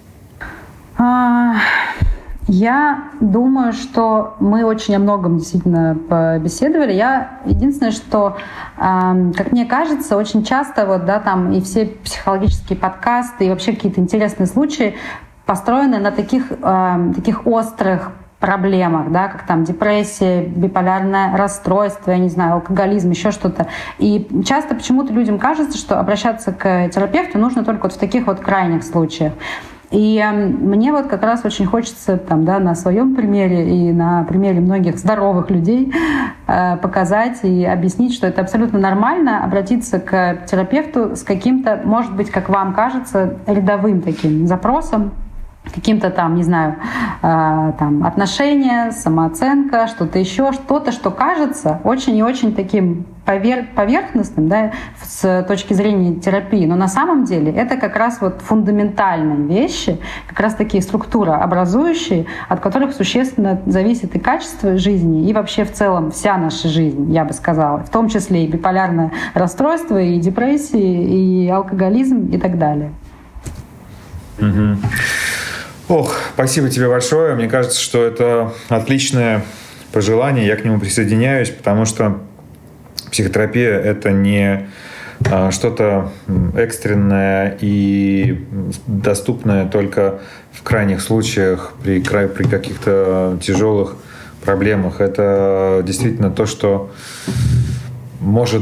Speaker 3: Я думаю, что мы очень о многом действительно побеседовали. Единственное, что, как мне кажется, очень часто вот, да, там и все психологические подкасты, и вообще какие-то интересные случаи построены на таких острых проблемах, да, как там депрессия, биполярное расстройство, я не знаю, алкоголизм, еще что-то. И часто почему-то людям кажется, что обращаться к терапевту нужно только вот в таких вот крайних случаях. И мне вот как раз очень хочется там, да, на своем примере и на примере многих здоровых людей показать и объяснить, что это абсолютно нормально обратиться к терапевту с каким-то, может быть, как вам кажется, рядовым таким запросом, каким-то там, не знаю, там отношения, самооценка, что-то еще, что-то, что кажется очень и очень таким поверхностным, да, с точки зрения терапии. Но на самом деле это как раз вот фундаментальные вещи, как раз такие структурообразующие, от которых существенно зависит и качество жизни, и вообще в целом вся наша жизнь, я бы сказала. В том числе и биполярное расстройство, и депрессии, и алкоголизм, и так далее.
Speaker 2: Угу. Ох, спасибо тебе большое. Мне кажется, что это отличное пожелание. Я к нему присоединяюсь, потому что психотерапия — это не что-то экстренное и доступное только в крайних случаях, при каких-то тяжелых проблемах. Это действительно то, что может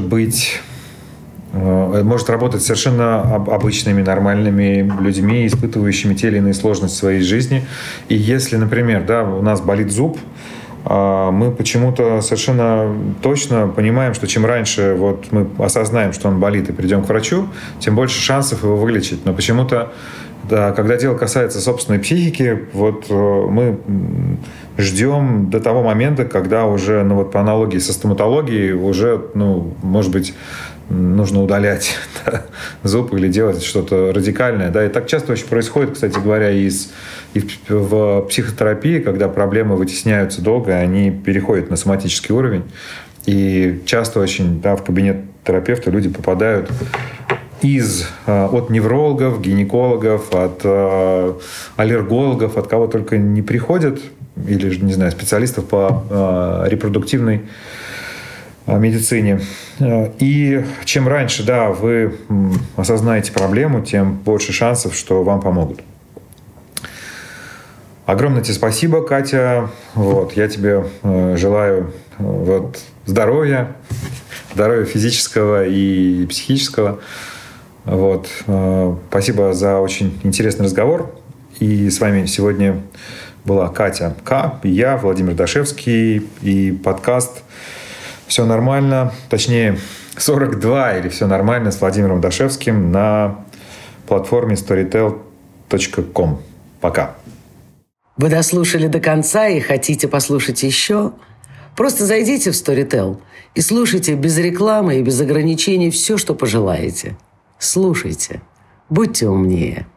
Speaker 2: работать с совершенно обычными, нормальными людьми, испытывающими те или иные сложности в своей жизни. И если, например, да, у нас болит зуб, мы почему-то совершенно точно понимаем, что чем раньше вот мы осознаем, что он болит, и придем к врачу, тем больше шансов его вылечить. Но почему-то, да, когда дело касается собственной психики, вот мы ждем до того момента, когда уже, ну вот по аналогии со стоматологией, уже, ну, может быть, нужно удалять, да, зуб или делать что-то радикальное. Да. И так часто очень происходит, кстати говоря, и в психотерапии, когда проблемы вытесняются долго, они переходят на соматический уровень. И часто очень, да, в кабинет терапевта люди попадают от неврологов, гинекологов, от аллергологов, от кого только не приходят, или, не знаю, специалистов по репродуктивной медицине. И чем раньше, да, вы осознаете проблему, тем больше шансов, что вам помогут. Огромное тебе спасибо, Катя. Вот, я тебе желаю вот, здоровья физического и психического. Вот. Спасибо за очень интересный разговор. И с вами сегодня была Катя К. и я, Владимир Дашевский, и подкаст «Все нормально», точнее 42 или «Все нормально» с Владимиром Дашевским на платформе storytel.com. Пока.
Speaker 1: Вы дослушали до конца и хотите послушать еще? Просто зайдите в Storytel и слушайте без рекламы и без ограничений все, что пожелаете. Слушайте. Будьте умнее.